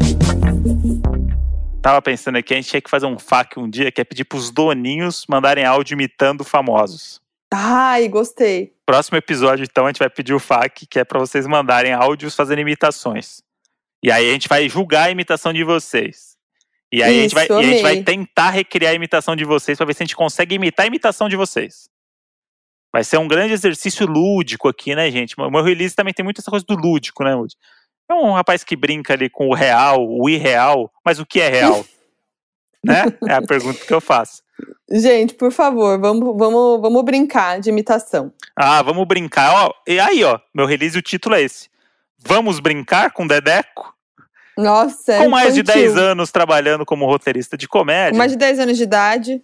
Tava pensando aqui, a gente tinha que fazer um FAQ um dia, que é pedir pros doninhos mandarem áudio imitando famosos.
Ai, gostei.
Próximo episódio, então, a gente vai pedir o FAQ, que é pra vocês mandarem áudios fazendo imitações. E aí a gente vai julgar a imitação de vocês. E aí a gente vai tentar recriar a imitação de vocês pra ver se a gente consegue imitar a imitação de vocês. Vai ser um grande exercício lúdico aqui, né, gente? O meu release também tem muito essa coisa do lúdico, né, Woody? É um rapaz que brinca ali com o real, o irreal, mas o que é real? Né? É a pergunta que eu faço.
Gente, por favor, vamos brincar de imitação.
Vamos brincar. Ó, e aí, ó, meu release, o título é esse. Vamos brincar com Dedeco?
Nossa,
com mais de 10 anos trabalhando como roteirista de comédia.
Com mais de 10 anos de idade.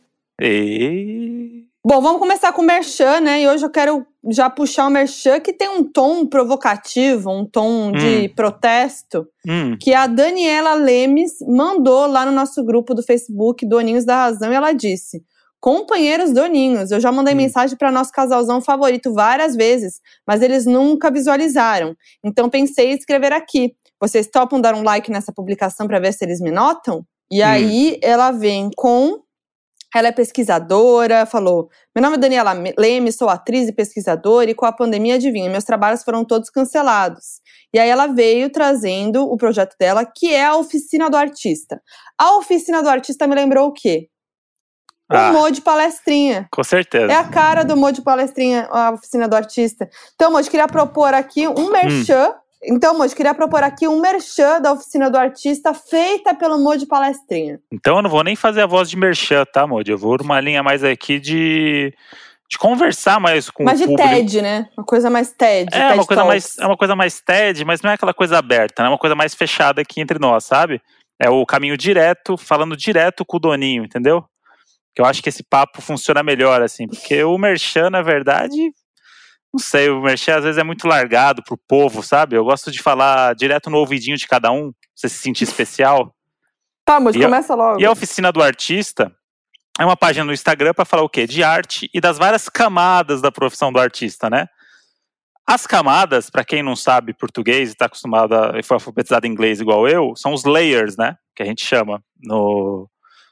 Bom, vamos começar com o merchan, né? E hoje eu quero já puxar o merchan que tem um tom provocativo, um tom de protesto, que a Daniela Lemes mandou lá no nosso grupo do Facebook, Doninhos da Razão, e ela disse: companheiros doninhos, eu já mandei mensagem para nosso casalzão favorito várias vezes, mas eles nunca visualizaram. Então pensei em escrever aqui. Vocês topam dar um like nessa publicação para ver se eles me notam? E aí ela vem com... Ela é pesquisadora, falou: meu nome é Daniela Lemes, sou atriz e pesquisadora, e com a pandemia, adivinha, meus trabalhos foram todos cancelados. E aí ela veio trazendo o projeto dela, que é a Oficina do Artista. A Oficina do Artista me lembrou o quê? O Moji Palestrinha.
Com certeza.
É a cara do Moji Palestrinha, a Oficina do Artista. Então, Moji, queria propor aqui um merchan. Então, Moji, queria propor aqui um merchan da Oficina do Artista feita pelo Moji Palestrinha.
Então eu não vou nem fazer a voz de merchan, tá, Moji? Eu vou numa linha mais aqui de conversar mais com o público.
Mas de TED, né? Uma coisa mais TED.
É uma coisa mais TED, mas não é aquela coisa aberta, né? É uma coisa mais fechada aqui entre nós, sabe? É o caminho direto, falando direto com o doninho, entendeu? Que eu acho que esse papo funciona melhor, assim. Porque o merchan, na verdade... Não sei, o merchan às vezes é muito largado pro povo, sabe? Eu gosto de falar direto no ouvidinho de cada um, pra você se sentir especial.
Tá, mas começa logo.
E a Oficina do Artista é uma página no Instagram pra falar o quê? De arte e das várias camadas da profissão do artista, né? As camadas, pra quem não sabe português e tá acostumado e foi alfabetizado em inglês igual eu, são os layers, né? Que a gente chama no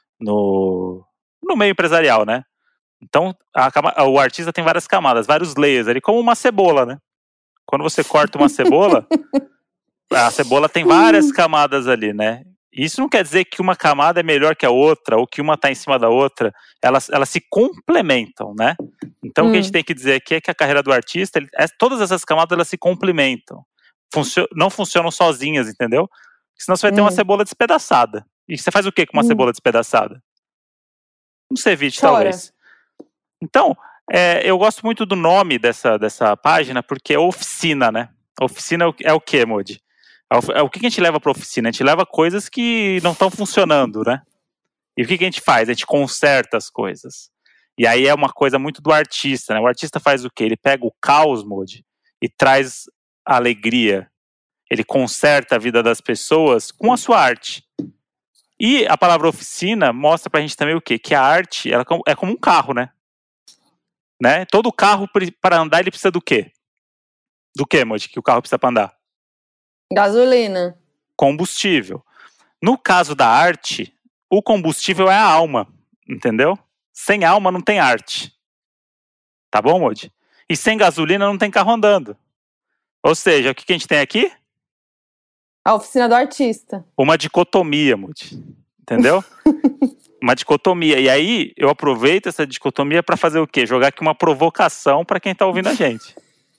meio empresarial, né? Então, o artista tem várias camadas, vários layers ali, como uma cebola, né? Quando você corta uma cebola, a cebola tem várias camadas ali, né? Isso não quer dizer que uma camada é melhor que a outra, ou que uma está em cima da outra. Elas se complementam, né? Então, o que a gente tem que dizer aqui é que a carreira do artista, todas essas camadas, elas se complementam. Não funcionam sozinhas, entendeu? Senão você vai ter uma cebola despedaçada. E você faz o que com uma cebola despedaçada? Um ceviche, talvez. Então, eu gosto muito do nome dessa página, porque é oficina, né? Oficina é o quê, Moji? O que a gente leva pra oficina? A gente leva coisas que não estão funcionando, né? E o que a gente faz? A gente conserta as coisas. E aí é uma coisa muito do artista, né? O artista faz o quê? Ele pega o caos, Modi, e traz alegria. Ele conserta a vida das pessoas com a sua arte. E a palavra oficina mostra pra gente também o quê? Que a arte ela é como um carro, né? Todo carro, para andar, ele precisa do quê? Do quê, Modi, que o carro precisa para andar?
Gasolina.
Combustível. No caso da arte, o combustível é a alma, entendeu? Sem alma não tem arte. Tá bom, Modi? E sem gasolina não tem carro andando. Ou seja, o que a gente tem aqui?
A oficina do artista.
Uma dicotomia, Modi. Entendeu? Uma dicotomia. E aí, eu aproveito essa dicotomia para fazer o quê? Jogar aqui uma provocação para quem tá ouvindo a gente.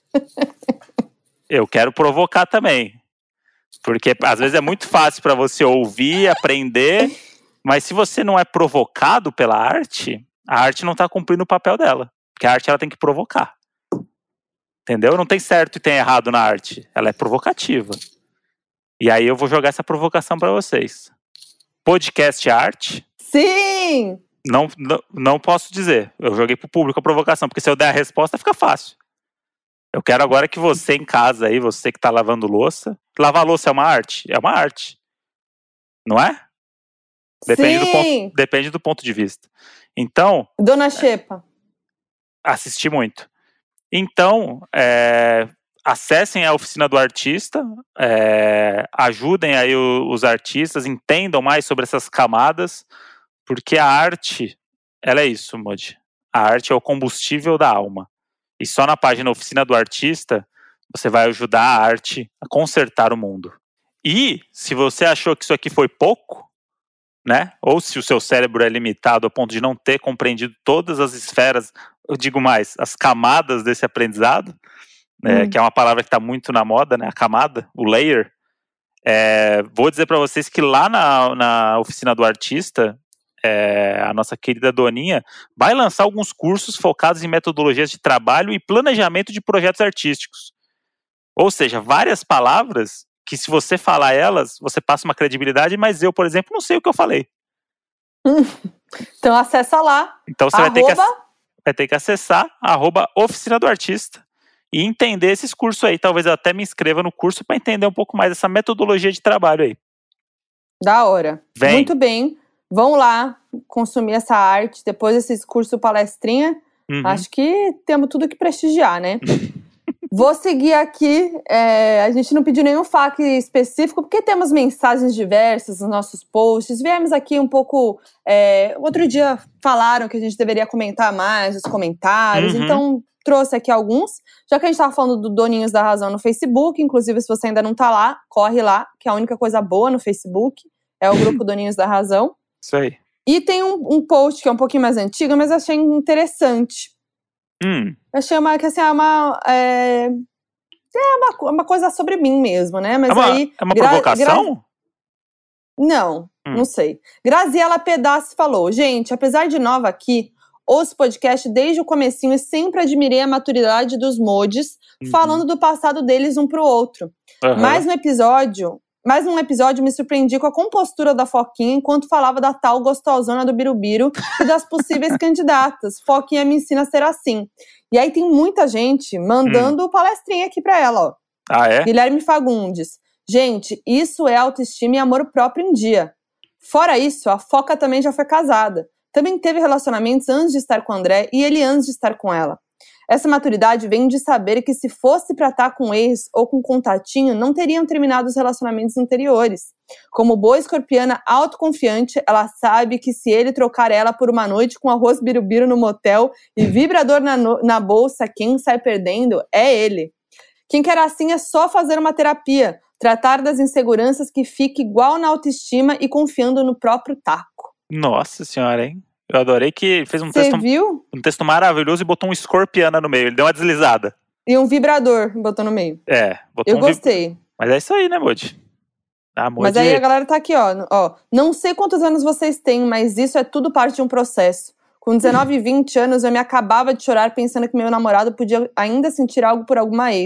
Eu quero provocar também. Porque às vezes é muito fácil para você ouvir, aprender, mas se você não é provocado pela arte, a arte não tá cumprindo o papel dela. Porque a arte ela tem que provocar. Entendeu? Não tem certo e tem errado na arte. Ela é provocativa. E aí eu vou jogar essa provocação para vocês. Podcast é arte?
Sim!
Não posso dizer. Eu joguei pro público a provocação, porque se eu der a resposta fica fácil. Eu quero agora que você em casa aí, você que tá lavando louça. Lavar louça é uma arte? É uma arte. Não é? Depende do ponto de vista. Então...
Dona Xepa.
Assisti muito. Então, acessem a oficina do artista, ajudem aí os artistas, entendam mais sobre essas camadas, porque a arte, ela é isso, Modi. A arte é o combustível da alma. E só na página Oficina do Artista, você vai ajudar a arte a consertar o mundo. E, se você achou que isso aqui foi pouco, né? Ou se o seu cérebro é limitado ao ponto de não ter compreendido todas as esferas, eu digo mais, as camadas desse aprendizado, que é uma palavra que está muito na moda, né? A camada, o layer. Vou dizer para vocês que lá na Oficina do Artista, a nossa querida Doninha vai lançar alguns cursos focados em metodologias de trabalho e planejamento de projetos artísticos. Ou seja, várias palavras que se você falar elas, você passa uma credibilidade, mas eu, por exemplo, não sei o que eu falei.
Então acessa lá.
Então você vai ter que acessar @Oficina do Artista e entender esses cursos aí. Talvez eu até me inscreva no curso para entender um pouco mais dessa metodologia de trabalho aí.
Da hora. Muito bem. Vão lá consumir essa arte, depois desse curso palestrinha. Acho que temos tudo que prestigiar, né? Vou seguir aqui, a gente não pediu nenhum FAQ específico, porque temos mensagens diversas nos nossos posts. Viemos aqui um pouco... outro dia falaram que a gente deveria comentar mais os comentários, então trouxe aqui alguns. Já que a gente estava falando do Doninhos da Razão no Facebook, inclusive se você ainda não tá lá, corre lá, que é a única coisa boa no Facebook é o grupo Doninhos da Razão.
Isso aí.
E tem um post que é um pouquinho mais antigo, mas eu achei interessante. Eu achei uma coisa sobre mim mesmo, né? Mas
é uma provocação?
Não sei. Graziela Pedaço falou: gente, apesar de nova aqui, ouço podcast desde o comecinho e sempre admirei a maturidade dos mods, falando do passado deles um pro outro. Mas num episódio me surpreendi com a compostura da Foquinha enquanto falava da tal gostosona do Birubiru e das possíveis candidatas. Foquinha me ensina a ser assim. E aí tem muita gente mandando palestrinha aqui pra ela, ó.
Ah, é?
Guilherme Fagundes. Gente, isso é autoestima e amor próprio em dia. Fora isso, a Foca também já foi casada. Também teve relacionamentos antes de estar com o André e ele antes de estar com ela. Essa maturidade vem de saber que se fosse pra estar com ex ou com contatinho, não teriam terminado os relacionamentos anteriores. Como boa escorpiana autoconfiante, ela sabe que se ele trocar ela por uma noite com arroz birubiru no motel e vibrador na bolsa, quem sai perdendo é ele. Quem quer assim é só fazer uma terapia, tratar das inseguranças que fica igual na autoestima e confiando no próprio taco.
Nossa senhora, hein? Eu adorei que ele fez um texto maravilhoso e botou um escorpiana no meio. Ele deu uma deslizada.
E um vibrador botou no meio.
Botou
gostei.
Mas é isso aí, né, Modi?
Mas aí a galera tá aqui, ó. Não sei quantos anos vocês têm, mas isso é tudo parte de um processo. Com 19 e 20 anos, eu me acabava de chorar pensando que meu namorado podia ainda sentir algo por alguma ex.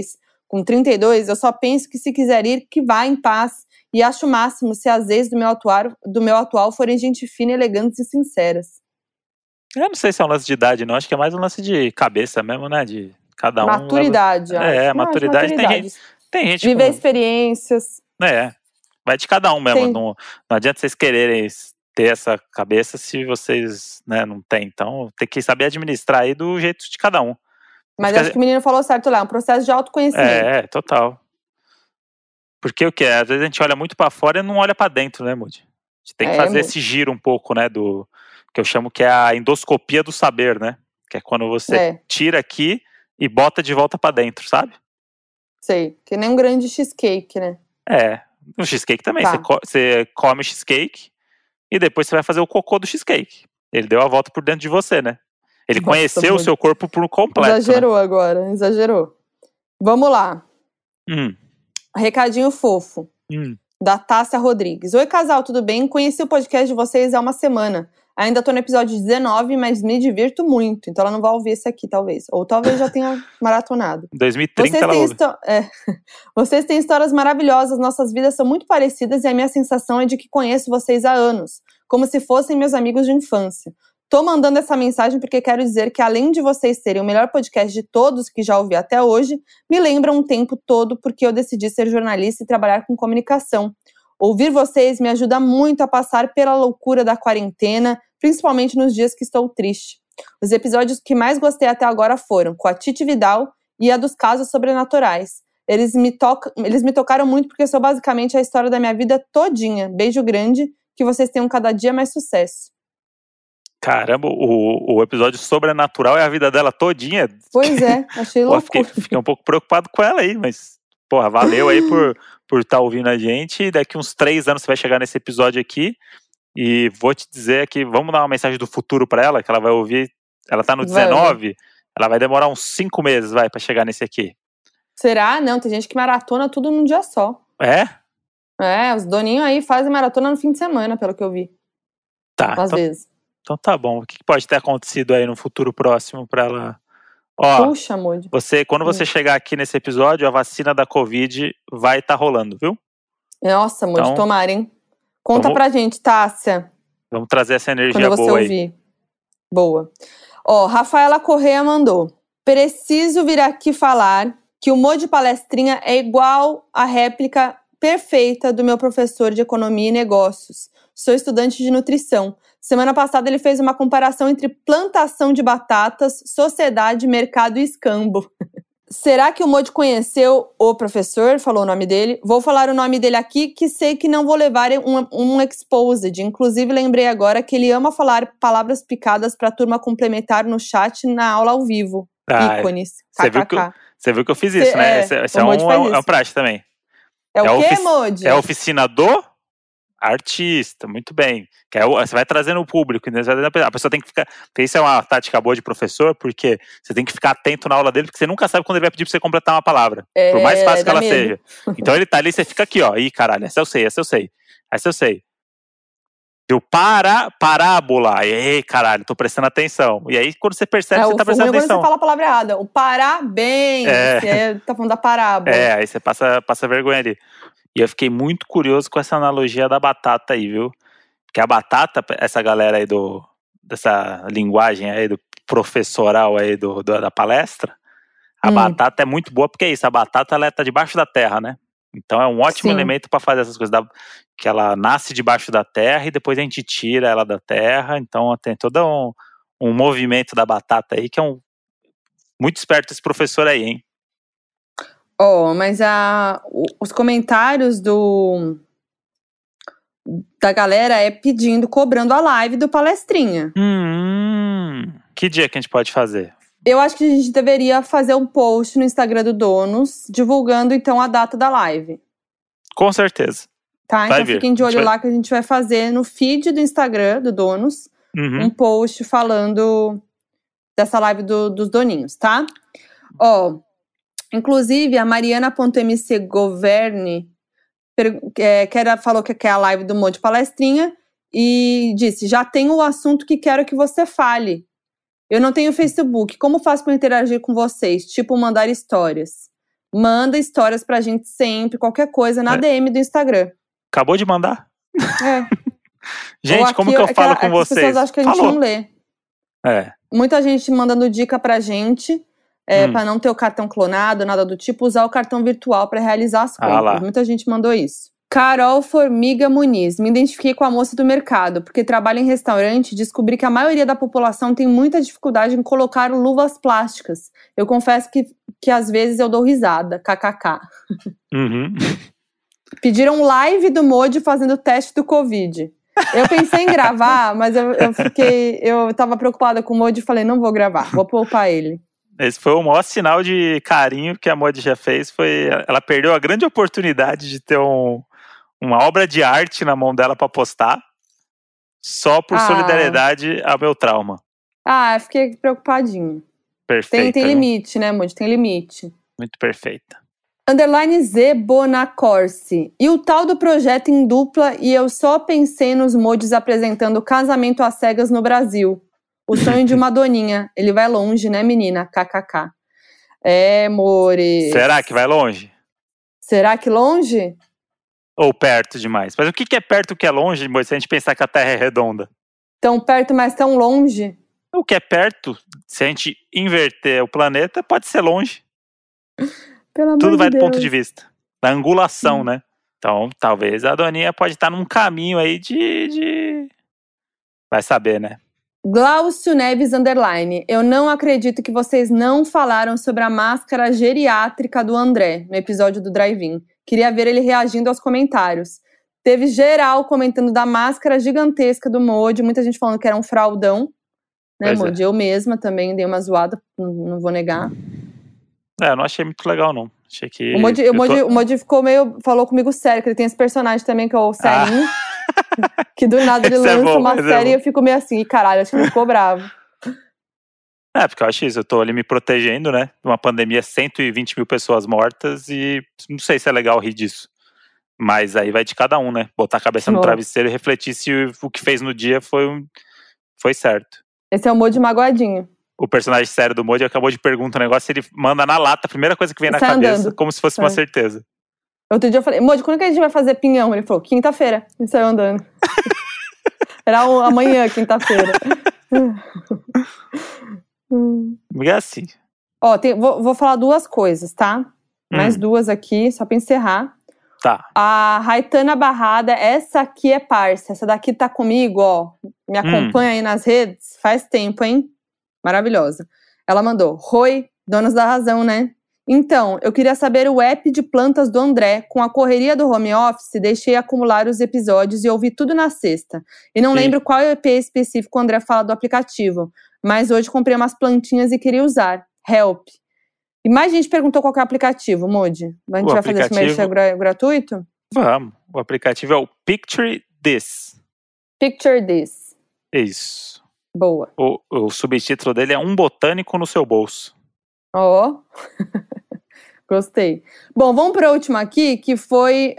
Com 32, eu só penso que se quiser ir, que vá em paz. E acho o máximo se as ex do meu atual forem gente fina, elegantes e sinceras.
Eu não sei se é um lance de idade, não. Acho que é mais um lance de cabeça mesmo, né? De cada um.
Maturidade, acho.
Maturidade. Tem gente
Viver experiências.
Vai de cada um mesmo.
Tem.
Não adianta vocês quererem ter essa cabeça se vocês, né, não tem. Então, tem que saber administrar aí do jeito de cada um.
Mas acho que o menino falou certo lá, é um processo de autoconhecimento.
Total. Porque o que é? Às vezes a gente olha muito pra fora e não olha pra dentro, né, Moody? A gente tem que fazer esse giro um pouco, né, do que eu chamo que é a endoscopia do saber, né? Que é quando você tira aqui e bota de volta pra dentro, sabe?
Sei, que nem um grande cheesecake, né?
O cheesecake também, você come o cheesecake e depois você vai fazer o cocô do cheesecake. Ele deu a volta por dentro de você, né? Ele conheceu o seu corpo por completo.
Exagerou, né? Agora, exagerou. Vamos lá. Recadinho fofo. Da Tássia Rodrigues. Oi, casal, tudo bem? Conheci o podcast de vocês há uma semana. Ainda tô no episódio 19, mas me divirto muito. Então ela não vai ouvir esse aqui, talvez. Ou talvez já tenha maratonado.
2030 ela ouve.
Vocês têm histórias maravilhosas, nossas vidas são muito parecidas e a minha sensação é de que conheço vocês há anos. Como se fossem meus amigos de infância. Tô mandando essa mensagem porque quero dizer que além de vocês serem o melhor podcast de todos que já ouvi até hoje, me lembram um tempo todo porque eu decidi ser jornalista e trabalhar com comunicação. Ouvir vocês me ajuda muito a passar pela loucura da quarentena, principalmente nos dias que estou triste. Os episódios que mais gostei até agora foram com a Titi Vidal e a dos casos sobrenaturais. Eles me tocaram muito porque sou basicamente a história da minha vida todinha. Beijo grande, que vocês tenham cada dia mais sucesso.
Caramba, o episódio sobrenatural é a vida dela todinha.
Pois é, achei loucura.
Fiquei um pouco preocupado com ela aí, mas, porra, valeu aí por estar ouvindo a gente. Daqui uns 3 anos você vai chegar nesse episódio aqui. E vou te dizer que vamos dar uma mensagem do futuro pra ela, que ela vai ouvir. Ela tá no 19, ela vai demorar uns 5 meses, pra chegar nesse aqui.
Será? Não, tem gente que maratona tudo num dia só. Os doninhos aí fazem maratona no fim de semana, pelo que eu vi. Às vezes.
Então tá bom. O que pode ter acontecido aí no futuro próximo pra ela?
Puxa, Moody.
Quando você chegar aqui nesse episódio, a vacina da Covid vai estar rolando, viu?
Nossa, Moody, então, tomara, hein? Conta pra gente, Tássia.
Vamos trazer essa energia boa aí.
Ouvir. Boa. Rafaela Correia mandou. Preciso vir aqui falar que o Moody Palestrinha é igual a réplica perfeita do meu professor de Economia e Negócios. Sou estudante de nutrição. Semana passada ele fez uma comparação entre plantação de batatas, sociedade, mercado e escambo. Será que o Moody conheceu o professor? Falou o nome dele. Vou falar o nome dele aqui, que sei que não vou levar um exposed. Inclusive, lembrei agora que ele ama falar palavras picadas para a turma complementar no chat na aula ao vivo. Ícones.
Você viu que eu fiz isso, né? Esse é um praxe também.
É o quê, Moody?
É a oficina do artista, muito bem. Você vai trazendo o público, né? A pessoa tem que ficar. Isso é uma tática boa de professor, porque você tem que ficar atento na aula dele, porque você nunca sabe quando ele vai pedir pra você completar uma palavra. Por mais fácil que ela seja. Então ele tá ali, você fica aqui, ó. Ih, caralho, essa eu sei. Essa eu sei. Deu parábola. Ei, caralho, tô prestando atenção. E aí, quando você percebe, você tá prestando atenção.
Quando você fala a palavra errada. O parabéns. Você tá falando da parábola.
Aí você passa vergonha ali. E eu fiquei muito curioso com essa analogia da batata aí, viu? Porque a batata, essa galera aí dessa linguagem aí do professoral aí da palestra, a batata é muito boa porque é isso, a batata ela tá debaixo da terra, né? Então é um ótimo elemento para fazer essas coisas, que ela nasce debaixo da terra e depois a gente tira ela da terra, então tem todo um movimento da batata aí que é muito esperto esse professor aí, hein?
Mas os comentários da galera cobrando a live do Palestrinha.
Que dia que a gente pode fazer?
Eu acho que a gente deveria fazer um post no Instagram do Donos, divulgando então a data da live.
Com certeza.
Tá, então fiquem de olho lá que a gente vai fazer no feed do Instagram do Donos, um post falando dessa live dos doninhos, tá? Inclusive, a Mariana.mc Governe falou que quer a live do Moody Palestrinha e disse, já tenho o assunto que quero que você fale. Eu não tenho Facebook, como faço para interagir com vocês? Tipo, mandar histórias. Manda histórias pra gente sempre, qualquer coisa, na DM do Instagram.
Acabou de mandar?
É.
Gente, aqui, como que eu falo com vocês?
As pessoas acham que a gente não lê. Muita gente mandando dica pra gente, pra não ter o cartão clonado, nada do tipo, usar o cartão virtual pra realizar as compras. Muita gente mandou isso. Carol Formiga Muniz. Me identifiquei com a moça do mercado, porque trabalho em restaurante e descobri que a maioria da população tem muita dificuldade em colocar luvas plásticas. Eu confesso que às vezes eu dou risada, kkk. Pediram live do Modi fazendo o teste do Covid. Eu pensei em gravar, mas eu tava preocupada com o Modi e falei, não vou gravar, vou poupar ele.
Esse foi o maior sinal de carinho que a Modi já fez, ela perdeu a grande oportunidade de ter uma obra de arte na mão dela pra postar, só por solidariedade ao meu trauma.
Fiquei preocupadinho.
Perfeito.
Tem limite, né, Modi? Tem limite.
Muito perfeita.
_Z Bonacorsi. E o tal do projeto em dupla, e eu só pensei nos Modis apresentando casamento às cegas no Brasil. O sonho de uma doninha. Ele vai longe, né, menina? KKK. Mores.
Será que vai longe?
Será que longe?
Ou perto demais? Mas o que é perto e o que é longe, se a gente pensar que a Terra é redonda?
Tão perto, mas tão longe?
O que é perto, se a gente inverter o planeta, pode ser longe. Tudo vai do ponto de vista da angulação, né? Então, talvez a doninha pode estar num caminho aí de... Vai saber, né?
Glaucio Neves _. Eu não acredito que vocês não falaram sobre a máscara geriátrica do André no episódio do Drive-In. Queria ver ele reagindo aos comentários. Teve geral comentando da máscara gigantesca do Modi, muita gente falando que era um fraudão, né, Modi? Eu mesma também dei uma zoada, não vou negar.
Eu não achei muito legal, não. Achei que...
O Modi falou comigo sério, que ele tem esse personagem também, que é o Serinho, que do nada ele lança uma série e eu fico meio assim, caralho, acho que ele ficou bravo.
Porque eu acho isso, eu tô ali me protegendo, né, de uma pandemia, 120 mil pessoas mortas e não sei se é legal rir disso. Mas aí vai de cada um, né, botar a cabeça no travesseiro e refletir se o que fez no dia foi certo.
Esse é o Modi magoadinho.
O personagem sério do Modi acabou de perguntar um negócio, ele manda na lata, a primeira coisa que vem na cabeça, andando. Como se fosse uma certeza.
Outro dia eu falei, Modi, quando que a gente vai fazer pinhão? Ele falou, quinta-feira. E saiu andando. Era amanhã, quinta-feira.
É assim.
Vou falar duas coisas, tá? Mais duas aqui, só pra encerrar.
Tá.
A Raitana Barrada, essa aqui é parça. Essa daqui tá comigo, ó. Me acompanha aí nas redes. Faz tempo, hein? Maravilhosa. Ela mandou, Roi, donos da razão, né? Então, eu queria saber o app de plantas do André. Com a correria do home office, deixei acumular os episódios e ouvi tudo na sexta. E não lembro qual EP específico o André fala do aplicativo. Mas hoje comprei umas plantinhas e queria usar. Help. E mais gente perguntou qual que é o aplicativo, Modi. A gente vai fazer esse merchan gratuito?
Vamos. O aplicativo é o Picture This.
Picture This.
Isso.
Boa.
O subtítulo dele é Um Botânico no Seu Bolso.
Gostei. Bom, vamos para a última aqui, que foi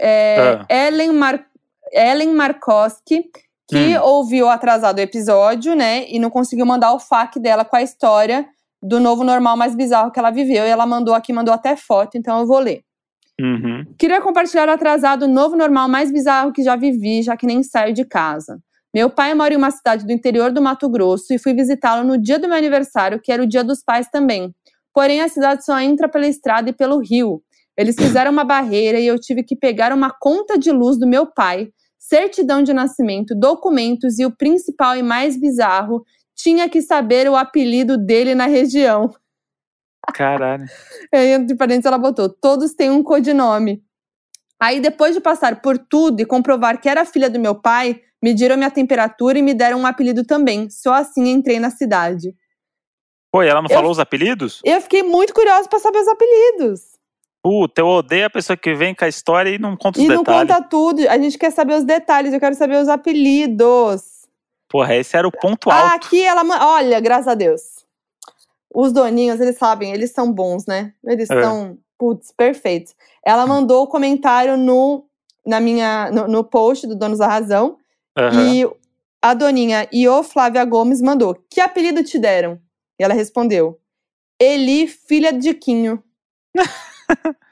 Ellen Markowski, que ouviu atrasado o episódio, né? E não conseguiu mandar o FAQ dela com a história do novo normal mais bizarro que ela viveu. E ela mandou até foto, então eu vou ler. Queria compartilhar o atrasado novo normal mais bizarro que já vivi, já que nem saio de casa. Meu pai mora em uma cidade do interior do Mato Grosso e fui visitá-lo no dia do meu aniversário, que era o dia dos pais também. Porém, a cidade só entra pela estrada e pelo rio. Eles fizeram uma barreira e eu tive que pegar uma conta de luz do meu pai, certidão de nascimento, documentos e o principal e mais bizarro, tinha que saber o apelido dele na região.
Caralho.
Entre parênteses ela botou, todos têm um codinome. Aí depois de passar por tudo e comprovar que era filha do meu pai, mediram minha temperatura e me deram um apelido também. Só assim entrei na cidade.
Pô, e ela não falou os apelidos?
Eu fiquei muito curiosa pra saber os apelidos.
Puta, eu odeio a pessoa que vem com a história e não conta os detalhes.
E não conta tudo. A gente quer saber os detalhes, eu quero saber os apelidos.
Porra, esse era o ponto alto.
Aqui ela... Olha, graças a Deus. Os doninhos, eles sabem, eles são bons, né? Eles são, perfeitos. Ela mandou o comentário no post do Donos da Razão. E a doninha Flávia Gomes mandou, que apelido te deram? E ela respondeu, Eli, filha de Quinho.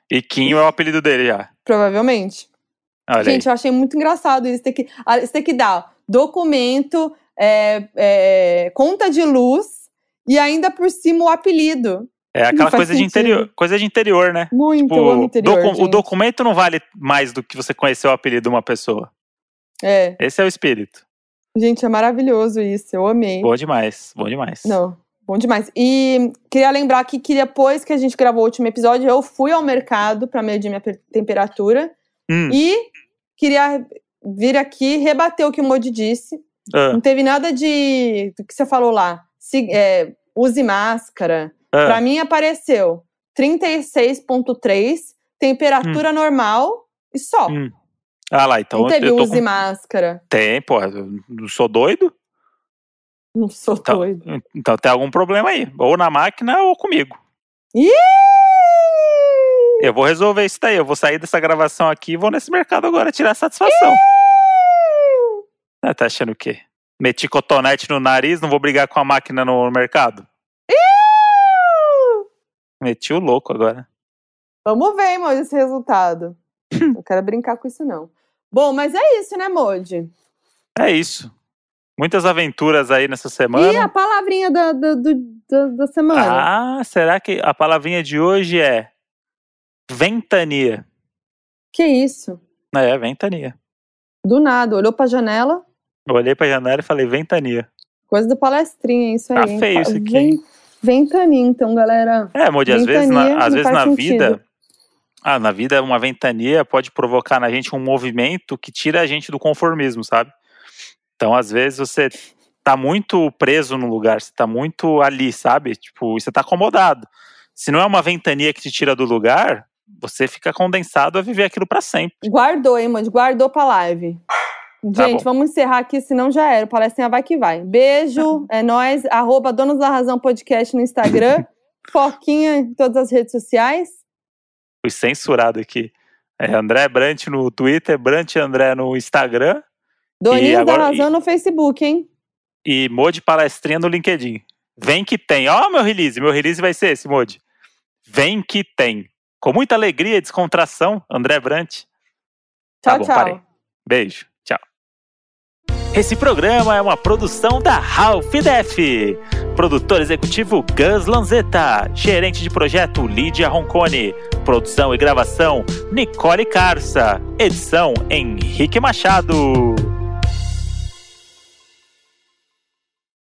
E Quinho é o apelido dele já.
Provavelmente.
Olha
gente,
aí.
Eu achei muito engraçado isso. Tem que dar documento, conta de luz e ainda por cima o apelido.
É aquela coisa de interior, né?
Muito, tipo, eu amo interior,
o documento não vale mais do que você conhecer o apelido de uma pessoa. Esse é o espírito.
Gente, é maravilhoso isso, eu amei.
Bom demais, bom demais.
Não, bom demais. E queria lembrar que depois que a gente gravou o último episódio, eu fui ao mercado pra medir minha temperatura. E queria vir aqui rebater o que o Modi disse. Não teve nada do que você falou lá. Use máscara. Pra mim apareceu 36,3, temperatura normal e só.
Ah lá, então
não teve use máscara.
Tem, porra. Não sou doido?
Não sou doido.
Então tem algum problema aí. Ou na máquina ou comigo. Eu vou resolver isso daí. Eu vou sair dessa gravação aqui e vou nesse mercado agora tirar satisfação. Tá achando o quê? Meti cotonete no nariz, não vou brigar com a máquina no mercado? Meti o louco agora.
Vamos ver, Modi, esse resultado. Não quero brincar com isso, não. Bom, mas é isso, né, Modi?
É isso. Muitas aventuras aí nessa semana.
E a palavrinha da semana?
Será que a palavrinha de hoje é ventania?
Que isso?
Ventania.
Do nada, olhou pra janela.
Eu olhei pra janela e falei ventania.
Coisa do palestrinha, isso aí.
Tá feio isso aqui.
Ventania, então, galera.
Modi, às vezes na vida... na vida uma ventania pode provocar na gente um movimento que tira a gente do conformismo, sabe? Então, às vezes, você tá muito preso no lugar, você tá muito ali, sabe? Tipo, você tá acomodado. Se não é uma ventania que te tira do lugar, você fica condensado a viver aquilo pra sempre.
Guardou, hein, Modi? Guardou pra live. Gente, vamos encerrar aqui, senão já era. O Palestrinha vai que vai. Beijo, é nóis. @Donos da Razão Podcast no Instagram. Foquinha em todas as redes sociais.
Fui censurado aqui. André Brant no Twitter, Brant André no Instagram.
Doninhos da Razão no Facebook, hein?
E Modi Palestrinha no LinkedIn. Vem que tem. Meu release. Meu release vai ser esse, Modi. Vem que tem. Com muita alegria e descontração, André Brant.
Tchau, tchau.
Parei. Beijo. Tchau. Esse programa é uma produção da Ralph Def. Produtor executivo Gus Lanzetta. Gerente de projeto Lídia Roncone. Produção e gravação Nicole Carça. Edição Henrique Machado.